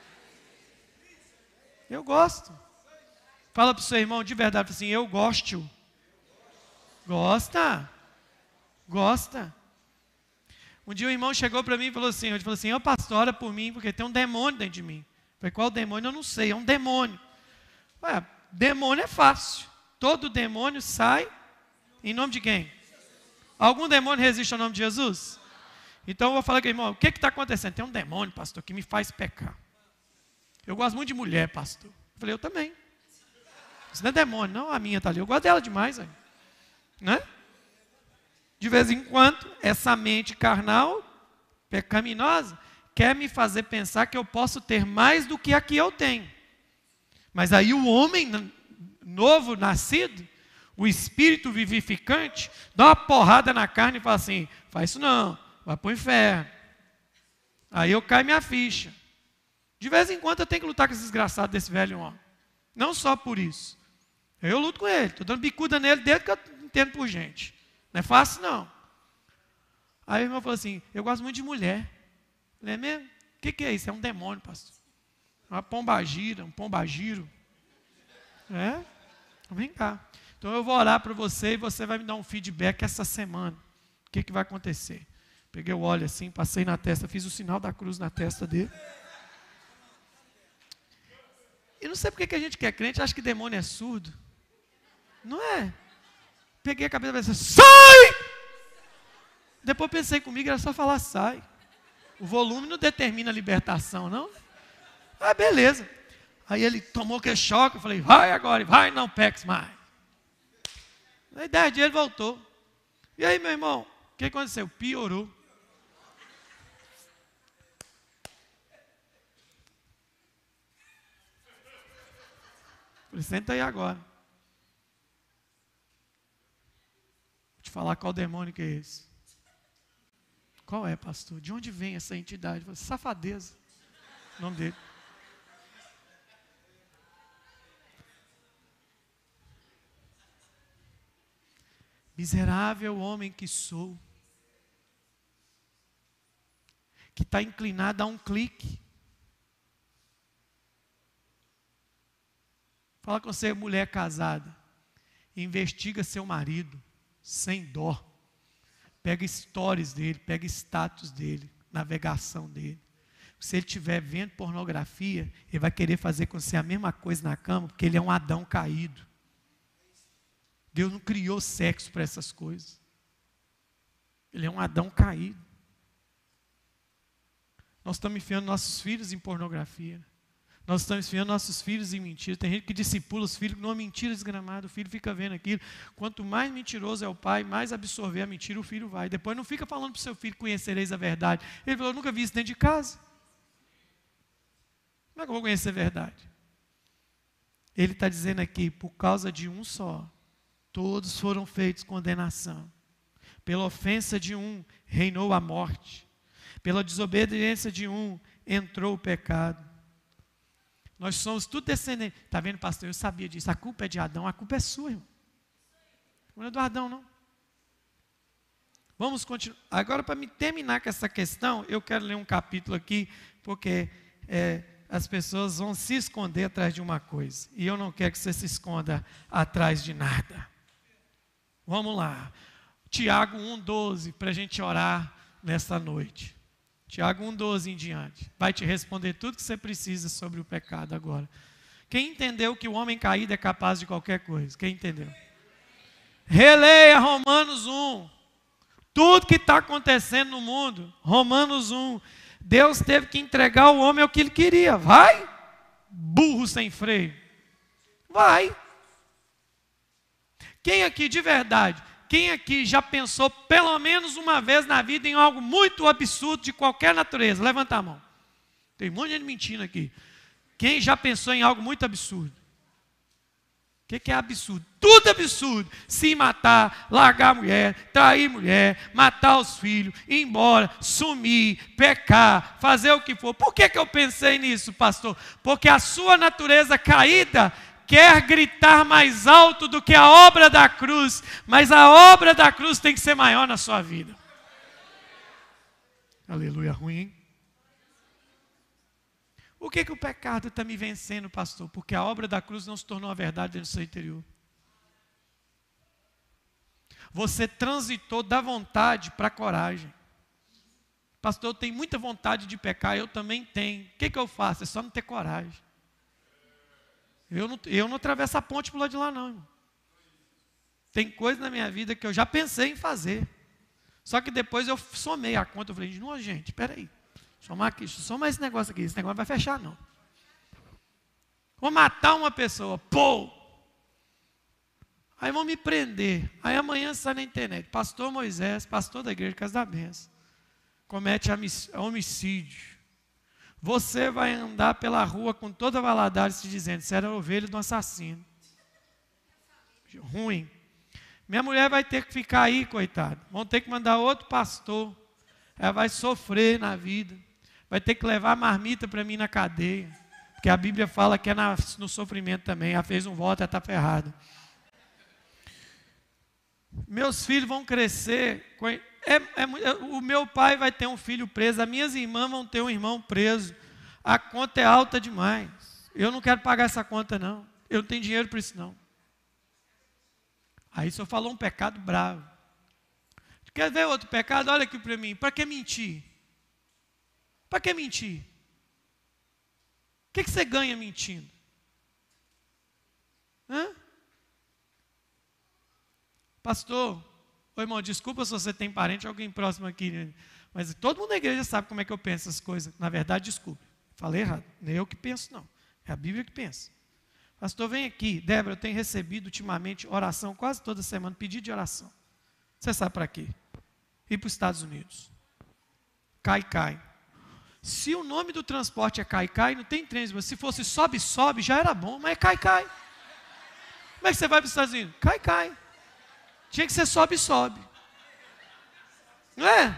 [SPEAKER 1] Eu gosto. Fala para o seu irmão de verdade assim, eu gosto. Gosta? Gosta? Um dia um irmão chegou para mim e falou assim, ele falou assim, ô pastor, ora por mim, porque tem um demônio dentro de mim. Eu falei, qual demônio? Eu não sei, é um demônio. Ué, demônio é fácil. Todo demônio sai em nome de quem? Algum demônio resiste ao nome de Jesus? Então eu vou falar aqui, irmão, o que está acontecendo? Tem um demônio, pastor, que me faz pecar. Eu gosto muito de mulher, pastor. Eu falei, eu também. Isso não é demônio, não, a minha está ali. Eu gosto dela demais, aí. Né? De vez em quando, essa mente carnal, pecaminosa, quer me fazer pensar que eu posso ter mais do que a que eu tenho. Mas aí o homem novo, nascido, o espírito vivificante, dá uma porrada na carne e fala assim, faz isso não, vai para o inferno. Aí eu caio minha ficha. De vez em quando eu tenho que lutar com esse desgraçado desse velho homem. Não só por isso. Eu luto com ele, estou dando bicuda nele desde que eu entendo por gente. Não é fácil não. Aí o irmão falou assim, eu gosto muito de mulher. Eu falei, é mesmo? O que, que é isso? É um demônio, pastor. Uma pombagira, um pombagiro. É? Vem cá. Então eu vou orar para você e você vai me dar um feedback essa semana. O que, que vai acontecer? Peguei o óleo assim, passei na testa, fiz o sinal da cruz na testa dele. E não sei porque que a gente que é crente acha que demônio é surdo. Não é? Peguei a cabeça e pensei, sai! Depois pensei comigo, era só falar sai. O volume não determina a libertação, não. Ah, beleza. Aí ele tomou aquele choque, eu falei, vai agora, vai, não peques mais. Aí dez dias ele voltou. E aí, meu irmão, o que aconteceu? Piorou. Falei, senta aí agora. Vou te falar qual demônio que é esse. Qual é, pastor? De onde vem essa entidade? Eu falei, safadeza. O nome dele. Miserável homem que sou, que está inclinado a um clique. Fala com você, mulher casada, investiga seu marido, sem dó. Pega stories dele, pega status dele, navegação dele. Se ele estiver vendo pornografia, ele vai querer fazer com você a mesma coisa na cama, porque ele é um Adão caído. Deus não criou sexo para essas coisas. Ele é um Adão caído. Nós estamos enfiando nossos filhos em pornografia. Nós estamos enfiando nossos filhos em mentira. Tem gente que discipula os filhos numa mentira desgramada. O filho fica vendo aquilo. Quanto mais mentiroso é o pai, mais absorver a mentira o filho vai. Depois não fica falando para o seu filho, conhecereis a verdade. Ele falou, eu nunca vi isso dentro de casa. Como é que eu vou conhecer a verdade? Ele está dizendo aqui, por causa de um só, todos foram feitos condenação. Pela ofensa de um, reinou a morte. Pela desobediência de um, entrou o pecado. Nós somos tudo descendentes. Está vendo, pastor? Eu sabia disso. A culpa é de Adão, a culpa é sua, irmão. Não é do Adão, não. Vamos continuar. Agora, para me terminar com essa questão, eu quero ler um capítulo aqui, porque é, as pessoas vão se esconder atrás de uma coisa. E eu não quero que você se esconda atrás de nada. Vamos lá. Tiago um, doze, para a gente orar nesta noite. Tiago um, doze em diante. Vai te responder tudo que você precisa sobre o pecado agora. Quem entendeu que o homem caído é capaz de qualquer coisa? Quem entendeu? Releia Romanos um. Tudo que está acontecendo no mundo, Romanos um. Deus teve que entregar o homem ao que ele queria. Vai, burro sem freio. Vai. Quem aqui de verdade, quem aqui já pensou pelo menos uma vez na vida em algo muito absurdo de qualquer natureza? Levanta a mão. Tem um monte de gente mentindo aqui. Quem já pensou em algo muito absurdo? O que, que é absurdo? Tudo absurdo. Se matar, largar a mulher, trair mulher, matar os filhos, ir embora, sumir, pecar, fazer o que for. Por que, que eu pensei nisso, pastor? Porque a sua natureza caída quer gritar mais alto do que a obra da cruz, mas a obra da cruz tem que ser maior na sua vida. Aleluia, ruim, hein? Por que, que o pecado está me vencendo, pastor? Porque a obra da cruz não se tornou a verdade dentro do seu interior. Você transitou da vontade para a coragem. Pastor, eu tenho muita vontade de pecar, eu também tenho. O que, que eu faço? É só não ter coragem. Eu não, eu não atravesso a ponte para o lado de lá, não, irmão. Tem coisa na minha vida que eu já pensei em fazer. Só que depois eu somei a conta. Eu falei, não, gente, espera aí. Somar aqui, soma esse negócio aqui. Esse negócio não vai fechar, não. Vou matar uma pessoa. Pô! Aí vão me prender. Aí amanhã sai na internet. Pastor Moisés, pastor da igreja Casa da Benção, comete homicídio. Você vai andar pela rua com toda a Valadares se dizendo, você era ovelha de um assassino. Ruim. Minha mulher vai ter que ficar aí, coitada. Vão ter que mandar outro pastor. Ela vai sofrer na vida. Vai ter que levar a marmita para mim na cadeia. Porque a Bíblia fala que é na, no sofrimento também. Ela fez um voto, ela está ferrada. Meus filhos vão crescer. Com, é, é, o meu pai vai ter um filho preso. As minhas irmãs vão ter um irmão preso. A conta é alta demais. Eu não quero pagar essa conta, não. Eu não tenho dinheiro para isso, não. Aí o senhor falou um pecado bravo. Quer ver outro pecado? Olha aqui para mim. Para que mentir? Para que mentir? O que, que você ganha mentindo? Hã? Pastor, ô irmão, desculpa se você tem parente, alguém próximo aqui. Mas todo mundo da igreja sabe como é que eu penso essas coisas. Na verdade, desculpe, falei errado. Não é eu que penso, não. É a Bíblia que pensa. Pastor, vem aqui. Débora, eu tenho recebido ultimamente oração quase toda semana, pedido de oração. Você sabe para quê? Ir para os Estados Unidos. Cai, cai. Se o nome do transporte é cai, cai, não tem trem. Se fosse sobe, sobe, já era bom, mas é cai, cai. Como é que você vai para os Estados Unidos? Cai, cai. Tinha que ser sobe, sobe. Não é?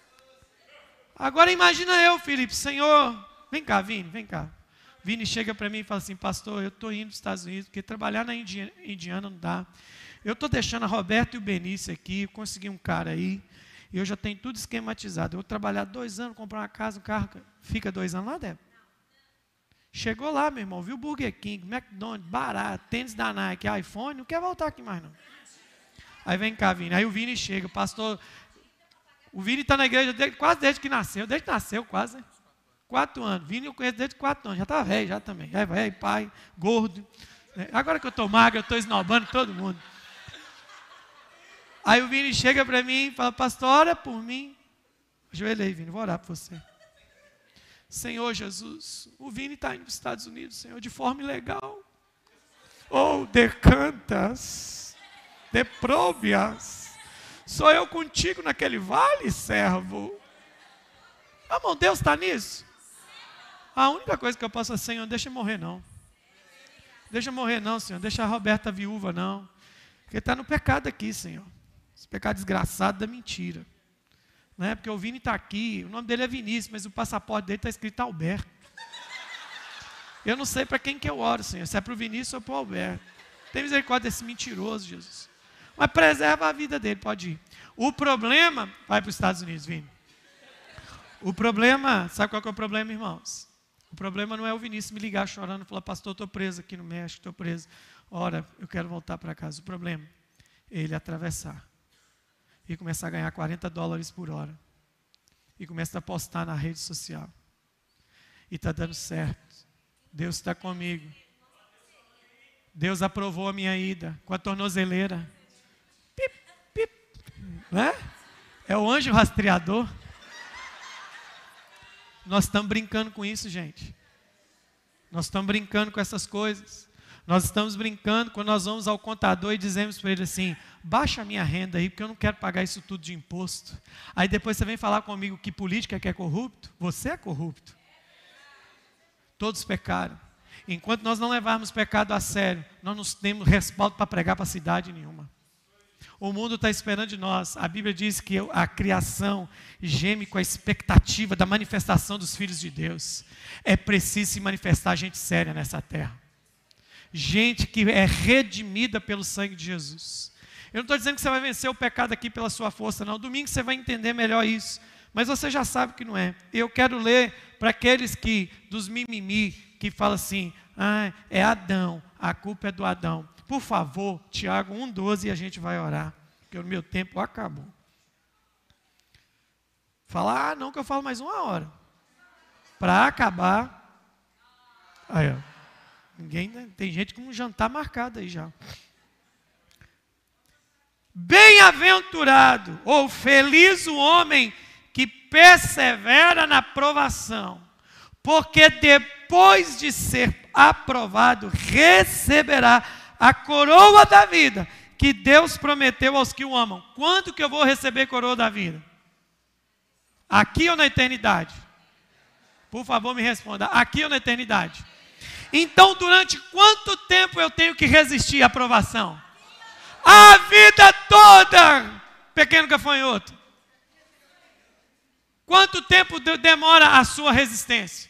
[SPEAKER 1] Agora imagina eu, Felipe, Senhor, vem cá, Vini, vem cá. Vini chega para mim e fala assim, pastor, eu estou indo para os Estados Unidos, porque trabalhar na Indi- Indiana não dá. Eu estou deixando a Roberta e o Benício aqui, eu consegui um cara aí, e eu já tenho tudo esquematizado. Eu vou trabalhar dois anos, comprar uma casa, um carro, fica dois anos lá, Débora? Chegou lá, meu irmão, viu Burger King, McDonald's, barato, tênis da Nike, iPhone, não quer voltar aqui mais não. Aí vem cá, Vini, aí o Vini chega, pastor... O Vini está na igreja desde, quase desde que nasceu, desde que nasceu quase, né? Quatro anos. Vini eu conheço desde quatro anos, já está velho, já também. É velho, pai, gordo. Né? Agora que eu estou magro, eu estou esnobando todo mundo. Aí o Vini chega para mim e fala, pastor, ora por mim. Ajoelhei, Vini, vou orar por você. Senhor Jesus, o Vini está indo para os Estados Unidos, Senhor, de forma ilegal. Oh, decantas, deprobias. Sou eu contigo naquele vale, servo. Amor, Deus está nisso? A única coisa que eu posso fazer, Senhor, deixa eu morrer não. Deixa eu morrer não, Senhor. Deixa a Roberta viúva não. Porque está no pecado aqui, Senhor. Esse pecado desgraçado da mentira. Não é? Porque o Vini está aqui, o nome dele é Vinícius, mas o passaporte dele está escrito Alberto. Eu não sei para quem que eu oro, Senhor. Se é para o Vinícius ou para o Alberto. Tem misericórdia desse mentiroso, Jesus. Mas preserva a vida dele, pode ir. O problema, vai para os Estados Unidos, Vini. O problema, sabe qual que é o problema, irmãos? O problema não é o Vinícius me ligar chorando e falar, pastor, estou preso aqui no México, estou preso. Ora, eu quero voltar para casa. O problema é ele atravessar e começar a ganhar quarenta dólares por hora. E começa a postar na rede social. E está dando certo. Deus está comigo. Deus aprovou a minha ida com a tornozeleira. Pip, pip. Né? É o anjo rastreador. Nós estamos brincando com isso, gente. Nós estamos brincando com essas coisas. Nós estamos brincando quando nós vamos ao contador e dizemos para ele assim, baixa a minha renda aí, porque eu não quero pagar isso tudo de imposto. Aí depois você vem falar comigo que política é que é corrupto. Você é corrupto. Todos pecaram. Enquanto nós não levarmos pecado a sério, nós não temos respaldo para pregar para cidade nenhuma. O mundo está esperando de nós. A Bíblia diz que a criação geme com a expectativa da manifestação dos filhos de Deus. É preciso se manifestar gente séria nessa terra. Gente que é redimida pelo sangue de Jesus. Eu não estou dizendo que você vai vencer o pecado aqui pela sua força, não. Domingo você vai entender melhor isso. Mas você já sabe que não é. Eu quero ler para aqueles que, dos mimimi, que falam assim, ah, é Adão, a culpa é do Adão. Por favor, Tiago um, doze, e a gente vai orar, porque o meu tempo acabou. Falar, ah, não, que eu falo mais uma hora. Para acabar. Aí, ó. Ninguém, tem gente com um jantar marcado aí já. Bem-aventurado ou feliz o homem que persevera na provação, porque depois de ser aprovado, receberá a coroa da vida que Deus prometeu aos que o amam. Quando que eu vou receber a coroa da vida? Aqui ou na eternidade? Por favor, me responda. Aqui ou na eternidade? Então, durante quanto tempo eu tenho que resistir à aprovação? A vida toda, pequeno gafanhoto. Quanto tempo demora a sua resistência?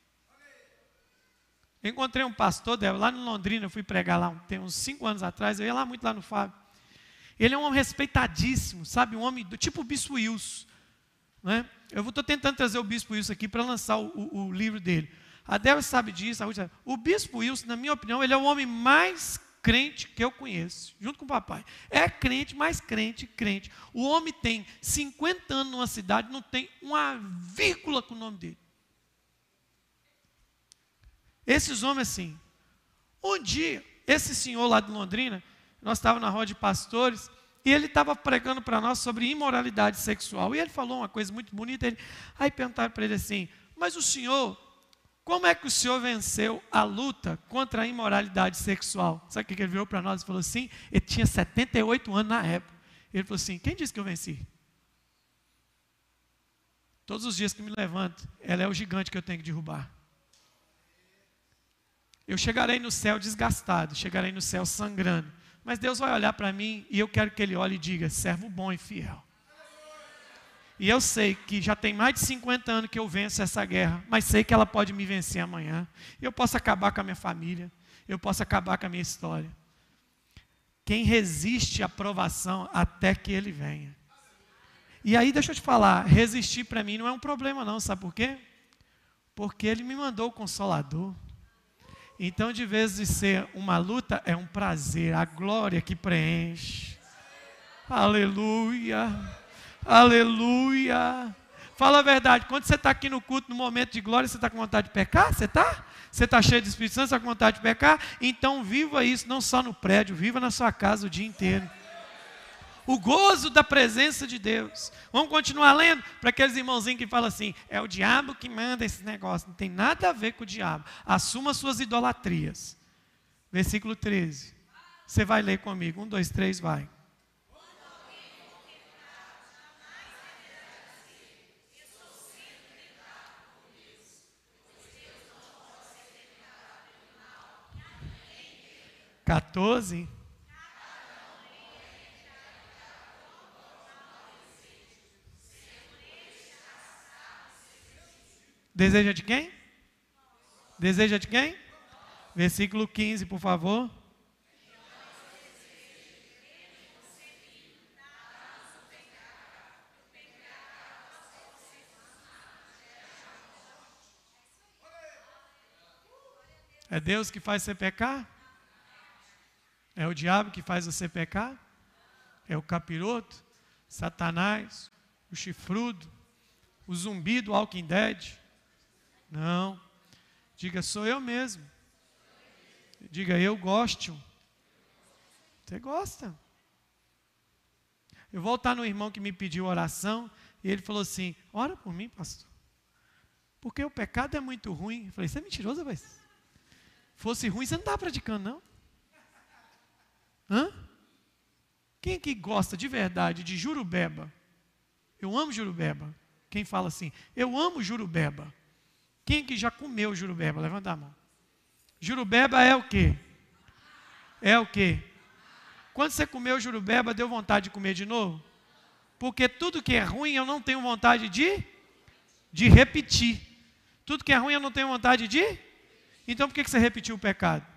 [SPEAKER 1] Eu encontrei um pastor lá em Londrina, eu fui pregar lá tem uns cinco anos atrás, eu ia lá muito lá no Fábio. Ele é um homem respeitadíssimo, sabe? Um homem do tipo o Bispo Wilson. Né? Eu estou tentando trazer o Bispo Wilson aqui para lançar o, o, o livro dele. A Débora sabe disso. A sabe. O Bispo Wilson, na minha opinião, ele é o homem mais crente que eu conheço, junto com o papai. É crente, mais crente, crente. O homem tem cinquenta anos numa cidade, não tem uma vírgula com o nome dele. Esses homens assim. Um dia, esse senhor lá de Londrina, nós estávamos na roda de pastores, E ele estava pregando para nós sobre imoralidade sexual. E ele falou uma coisa muito bonita. Ele, aí perguntaram para ele assim, mas o senhor, como é que o senhor venceu a luta contra a imoralidade sexual? Sabe o que ele virou para nós e falou assim? Ele tinha setenta e oito anos na época. Ele falou assim, quem disse que eu venci? Todos os dias que me levanto, ela é o gigante que eu tenho que derrubar. Eu chegarei no céu desgastado, chegarei no céu sangrando. Mas Deus vai olhar para mim e eu quero que Ele olhe e diga, servo bom e fiel. E eu sei que já tem mais de cinquenta anos que eu venço essa guerra, mas sei que ela pode me vencer amanhã. Eu posso acabar com a minha família, eu posso acabar com a minha história. Quem resiste à provação até que Ele venha. E aí deixa eu te falar, resistir para mim não é um problema não, sabe por quê? Porque Ele me mandou o Consolador. Então, de vez de ser uma luta, é um prazer, a glória que preenche. Aleluia, aleluia. Fala a verdade, quando você está aqui no culto, no momento de glória, você está com vontade de pecar? Você está? Você está cheio de Espírito Santo, você está com vontade de pecar? Então, viva isso, não só no prédio, viva na sua casa o dia inteiro. O gozo da presença de Deus. Vamos continuar lendo? Para aqueles irmãozinhos que falam assim, é o diabo que manda esse negócio. Não tem nada a ver com o diabo. Assuma suas idolatrias. Versículo treze. Você vai ler comigo. Um, dois, três, vai. quatorze. Deseja de quem? Deseja de quem? Versículo quinze, por favor. É Deus que faz você pecar? É o diabo que faz você pecar? É o capiroto? Satanás? O chifrudo? O zumbi do Walking Dead? Não. Diga, sou eu mesmo. Diga, eu gosto. Você gosta. Eu vou voltar no irmão que me pediu oração, e ele falou assim, ora por mim, pastor. Porque o pecado é muito ruim. Eu falei, você é mentiroso, rapaz? Se fosse ruim, você não estava praticando, não. Hã? Quem é que gosta de verdade de jurubeba? Eu amo jurubeba. Quem fala assim, eu amo jurubeba. Quem que já comeu jurubeba? Levanta a mão. Jurubeba é o quê? É o quê? Quando você comeu jurubeba, deu vontade de comer de novo? Porque tudo que é ruim eu não tenho vontade de, de repetir. Tudo que é ruim eu não tenho vontade de? Então por que você repetiu o pecado?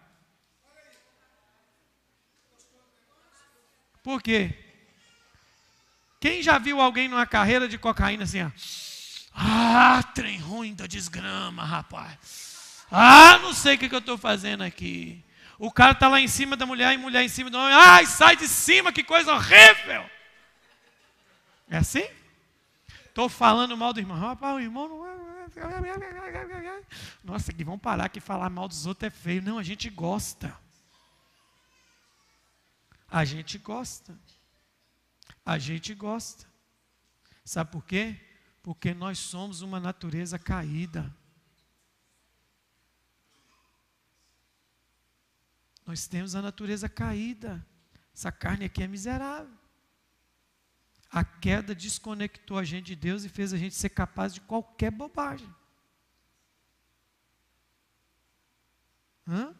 [SPEAKER 1] Por quê? Quem já viu alguém numa carreira de cocaína assim, ó? Ah, trem ruim da desgrama, rapaz. Ah, não sei o que, que eu estou fazendo aqui. O cara está lá em cima da mulher e mulher em cima do homem. Ai, sai de cima, que coisa horrível. É assim? Estou falando mal do irmão. Rapaz, o irmão não é... Nossa, que vão parar que falar mal dos outros é feio. Não, a gente gosta. A gente gosta. A gente gosta. Sabe por quê? Porque nós somos uma natureza caída. Nós temos a natureza caída. Essa carne aqui é miserável. A queda desconectou a gente de Deus e fez a gente ser capaz de qualquer bobagem. Hã?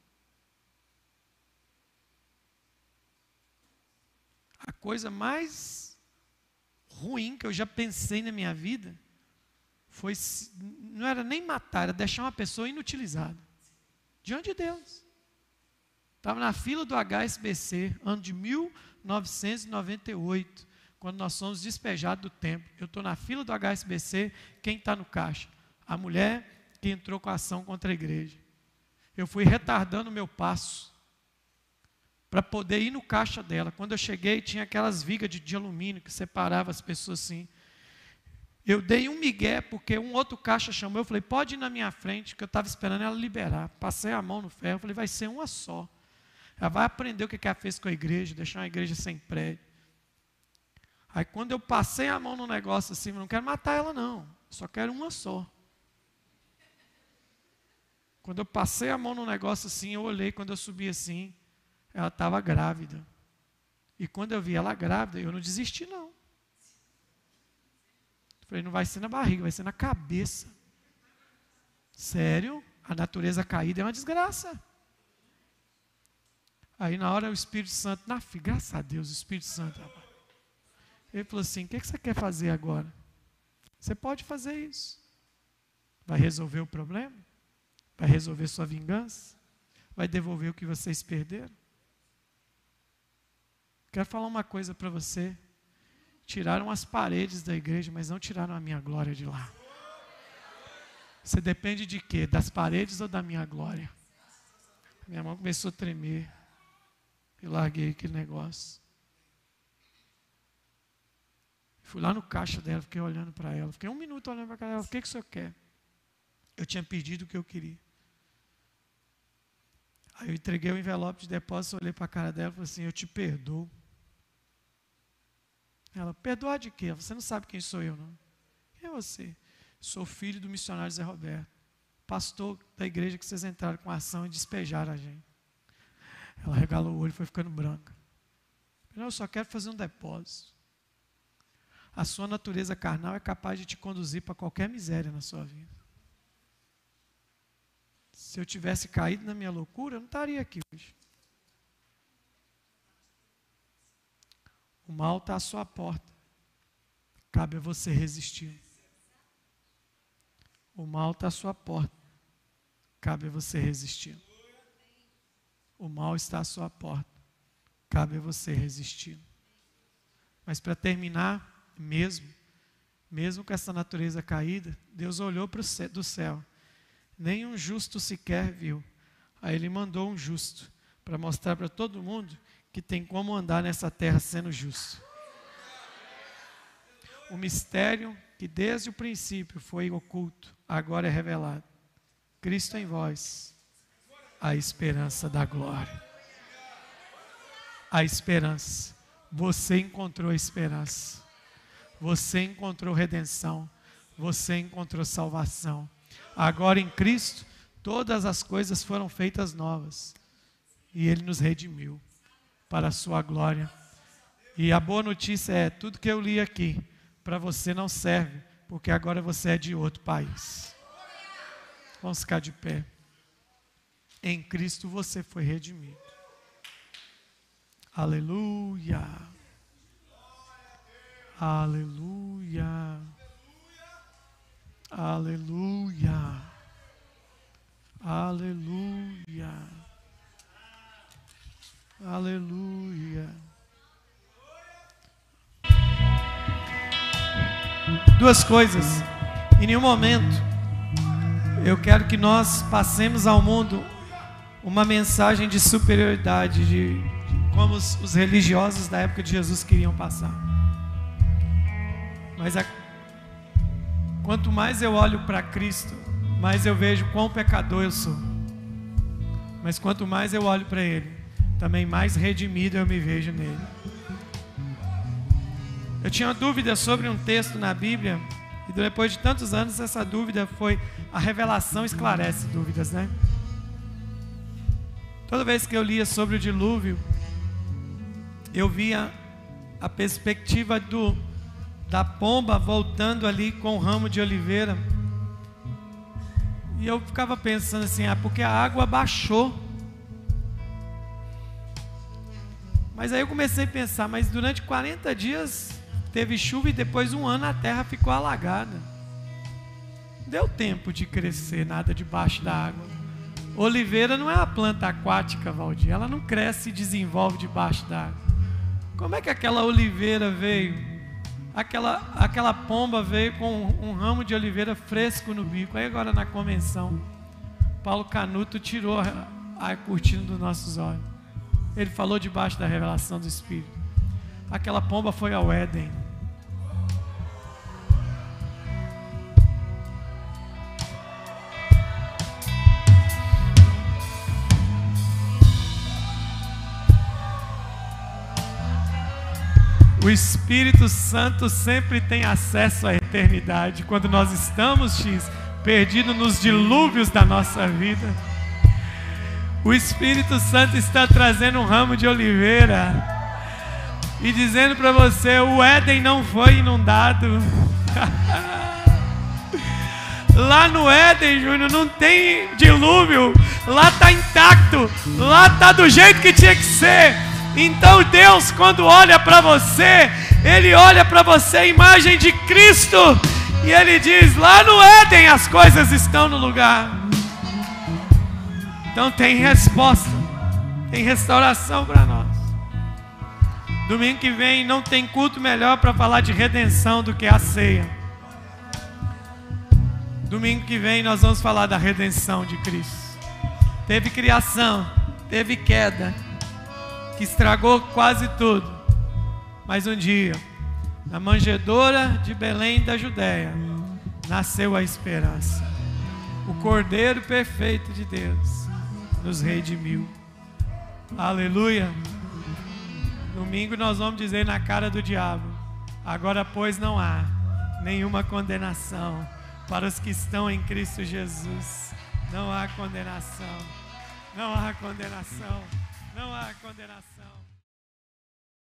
[SPEAKER 1] A coisa mais ruim que eu já pensei na minha vida foi, não era nem matar, era deixar uma pessoa inutilizada diante de Deus. Estava na fila do H S B C, ano de mil novecentos e noventa e oito, quando nós fomos despejados do templo. Eu estou na fila do H S B C, quem está no caixa? A mulher que entrou com a ação contra a igreja. Eu fui retardando o meu passo para poder ir no caixa dela. Quando eu cheguei, tinha aquelas vigas de, de alumínio que separava as pessoas assim. Eu dei um migué, porque um outro caixa chamou, eu falei, pode ir na minha frente, que eu estava esperando ela liberar. Passei a mão no ferro, eu falei, vai ser uma só. Ela vai aprender o que ela fez com a igreja, deixar uma igreja sem prédio. Aí quando eu passei a mão no negócio assim, eu não quero matar ela não, só quero uma só. Quando eu passei a mão no negócio assim, eu olhei, quando eu subi assim, ela estava grávida. E quando eu vi ela grávida, eu não desisti não. Falei, não vai ser na barriga, vai ser na cabeça. Sério? A natureza caída é uma desgraça. Aí na hora o Espírito Santo, na filha, graças a Deus, o Espírito Santo, rapaz. Ele falou assim, o que você quer fazer agora? Você pode fazer isso. Vai resolver o problema? Vai resolver sua vingança? Vai devolver o que vocês perderam? Quero falar uma coisa para você. Tiraram as paredes da igreja, mas não tiraram a minha glória de lá. Você depende de quê? Das paredes ou da minha glória? Minha mão começou a tremer. Eu larguei aquele negócio. Fui lá no caixa dela, fiquei olhando para ela. Fiquei um minuto olhando para ela. O que, que o senhor quer? Eu tinha pedido o que eu queria. Aí eu entreguei o envelope de depósito, olhei para a cara dela e falei assim, eu te perdoo. Ela, perdoar de quê? Você não sabe quem sou eu, não. Quem é você? Sou filho do missionário Zé Roberto, pastor da igreja que vocês entraram com ação e despejaram a gente. Ela regalou o olho e foi ficando branca. Eu só quero fazer um depósito. A sua natureza carnal é capaz de te conduzir para qualquer miséria na sua vida. Se eu tivesse caído na minha loucura, eu não estaria aqui hoje. O mal está à sua porta. Cabe a você resistir. O mal está à sua porta. Cabe a você resistir. O mal está à sua porta. Cabe a você resistir. Mas para terminar, mesmo, mesmo com essa natureza caída, Deus olhou para o céu, do céu. Nenhum justo sequer viu. Aí Ele mandou um justo para mostrar para todo mundo que tem como andar nessa terra sendo justo. O mistério que desde o princípio foi oculto, agora é revelado. Cristo em vós, a esperança da glória. A esperança. Você encontrou a esperança. Você encontrou redenção. Você encontrou salvação. Agora em Cristo, todas as coisas foram feitas novas. E Ele nos redimiu para a sua glória. E a boa notícia é, tudo que eu li aqui, para você não serve, porque agora você é de outro país. Vamos ficar de pé. Em Cristo você foi redimido. Aleluia. Aleluia. Aleluia. Aleluia. Aleluia. Duas coisas. Em nenhum momento eu quero que nós passemos ao mundo uma mensagem de superioridade, de, de como os, os religiosos da época de Jesus queriam passar. Mas a, quanto mais eu olho para Cristo, mais eu vejo quão pecador eu sou. Mas quanto mais eu olho para Ele, também mais redimido eu me vejo nele. Eu tinha uma dúvida sobre um texto na Bíblia, e depois de tantos anos essa dúvida foi, a revelação esclarece dúvidas, né? Toda vez que eu lia sobre o dilúvio, eu via a perspectiva do, da pomba voltando ali com o ramo de oliveira, e eu ficava pensando assim, ah, porque a água baixou. Mas aí eu comecei a pensar, mas durante quarenta dias teve chuva e depois um ano a terra ficou alagada. Deu tempo de crescer nada debaixo da água. Oliveira não é uma planta aquática, Valdir. Ela não cresce e desenvolve debaixo da água. Como é que aquela oliveira veio? Aquela, aquela pomba veio com um, um ramo de oliveira fresco no bico. Aí agora na convenção, Paulo Canuto tirou a, a cortina dos nossos olhos. Ele falou debaixo da revelação do Espírito. Aquela pomba foi ao Éden. O Espírito Santo sempre tem acesso à eternidade. Quando nós estamos, X, perdidos nos dilúvios da nossa vida, o Espírito Santo está trazendo um ramo de oliveira e dizendo para você: o Éden não foi inundado. Lá no Éden, Júnior, não tem dilúvio. Lá está intacto. Lá está do jeito que tinha que ser. Então Deus, quando olha para você, Ele olha para você a imagem de Cristo. E Ele diz: lá no Éden as coisas estão no lugar. Então tem resposta, tem restauração para nós. Domingo que vem não tem culto melhor para falar de redenção do que a ceia. Domingo que vem nós vamos falar da redenção de Cristo. Teve criação, teve queda, que estragou quase tudo. Mas um dia, na manjedoura de Belém da Judéia, nasceu a esperança. O Cordeiro perfeito de Deus nos redimiu. Aleluia. Domingo nós vamos dizer na cara do diabo: agora pois não há nenhuma condenação para os que estão em Cristo Jesus. Não há condenação. Não há condenação. Não há condenação.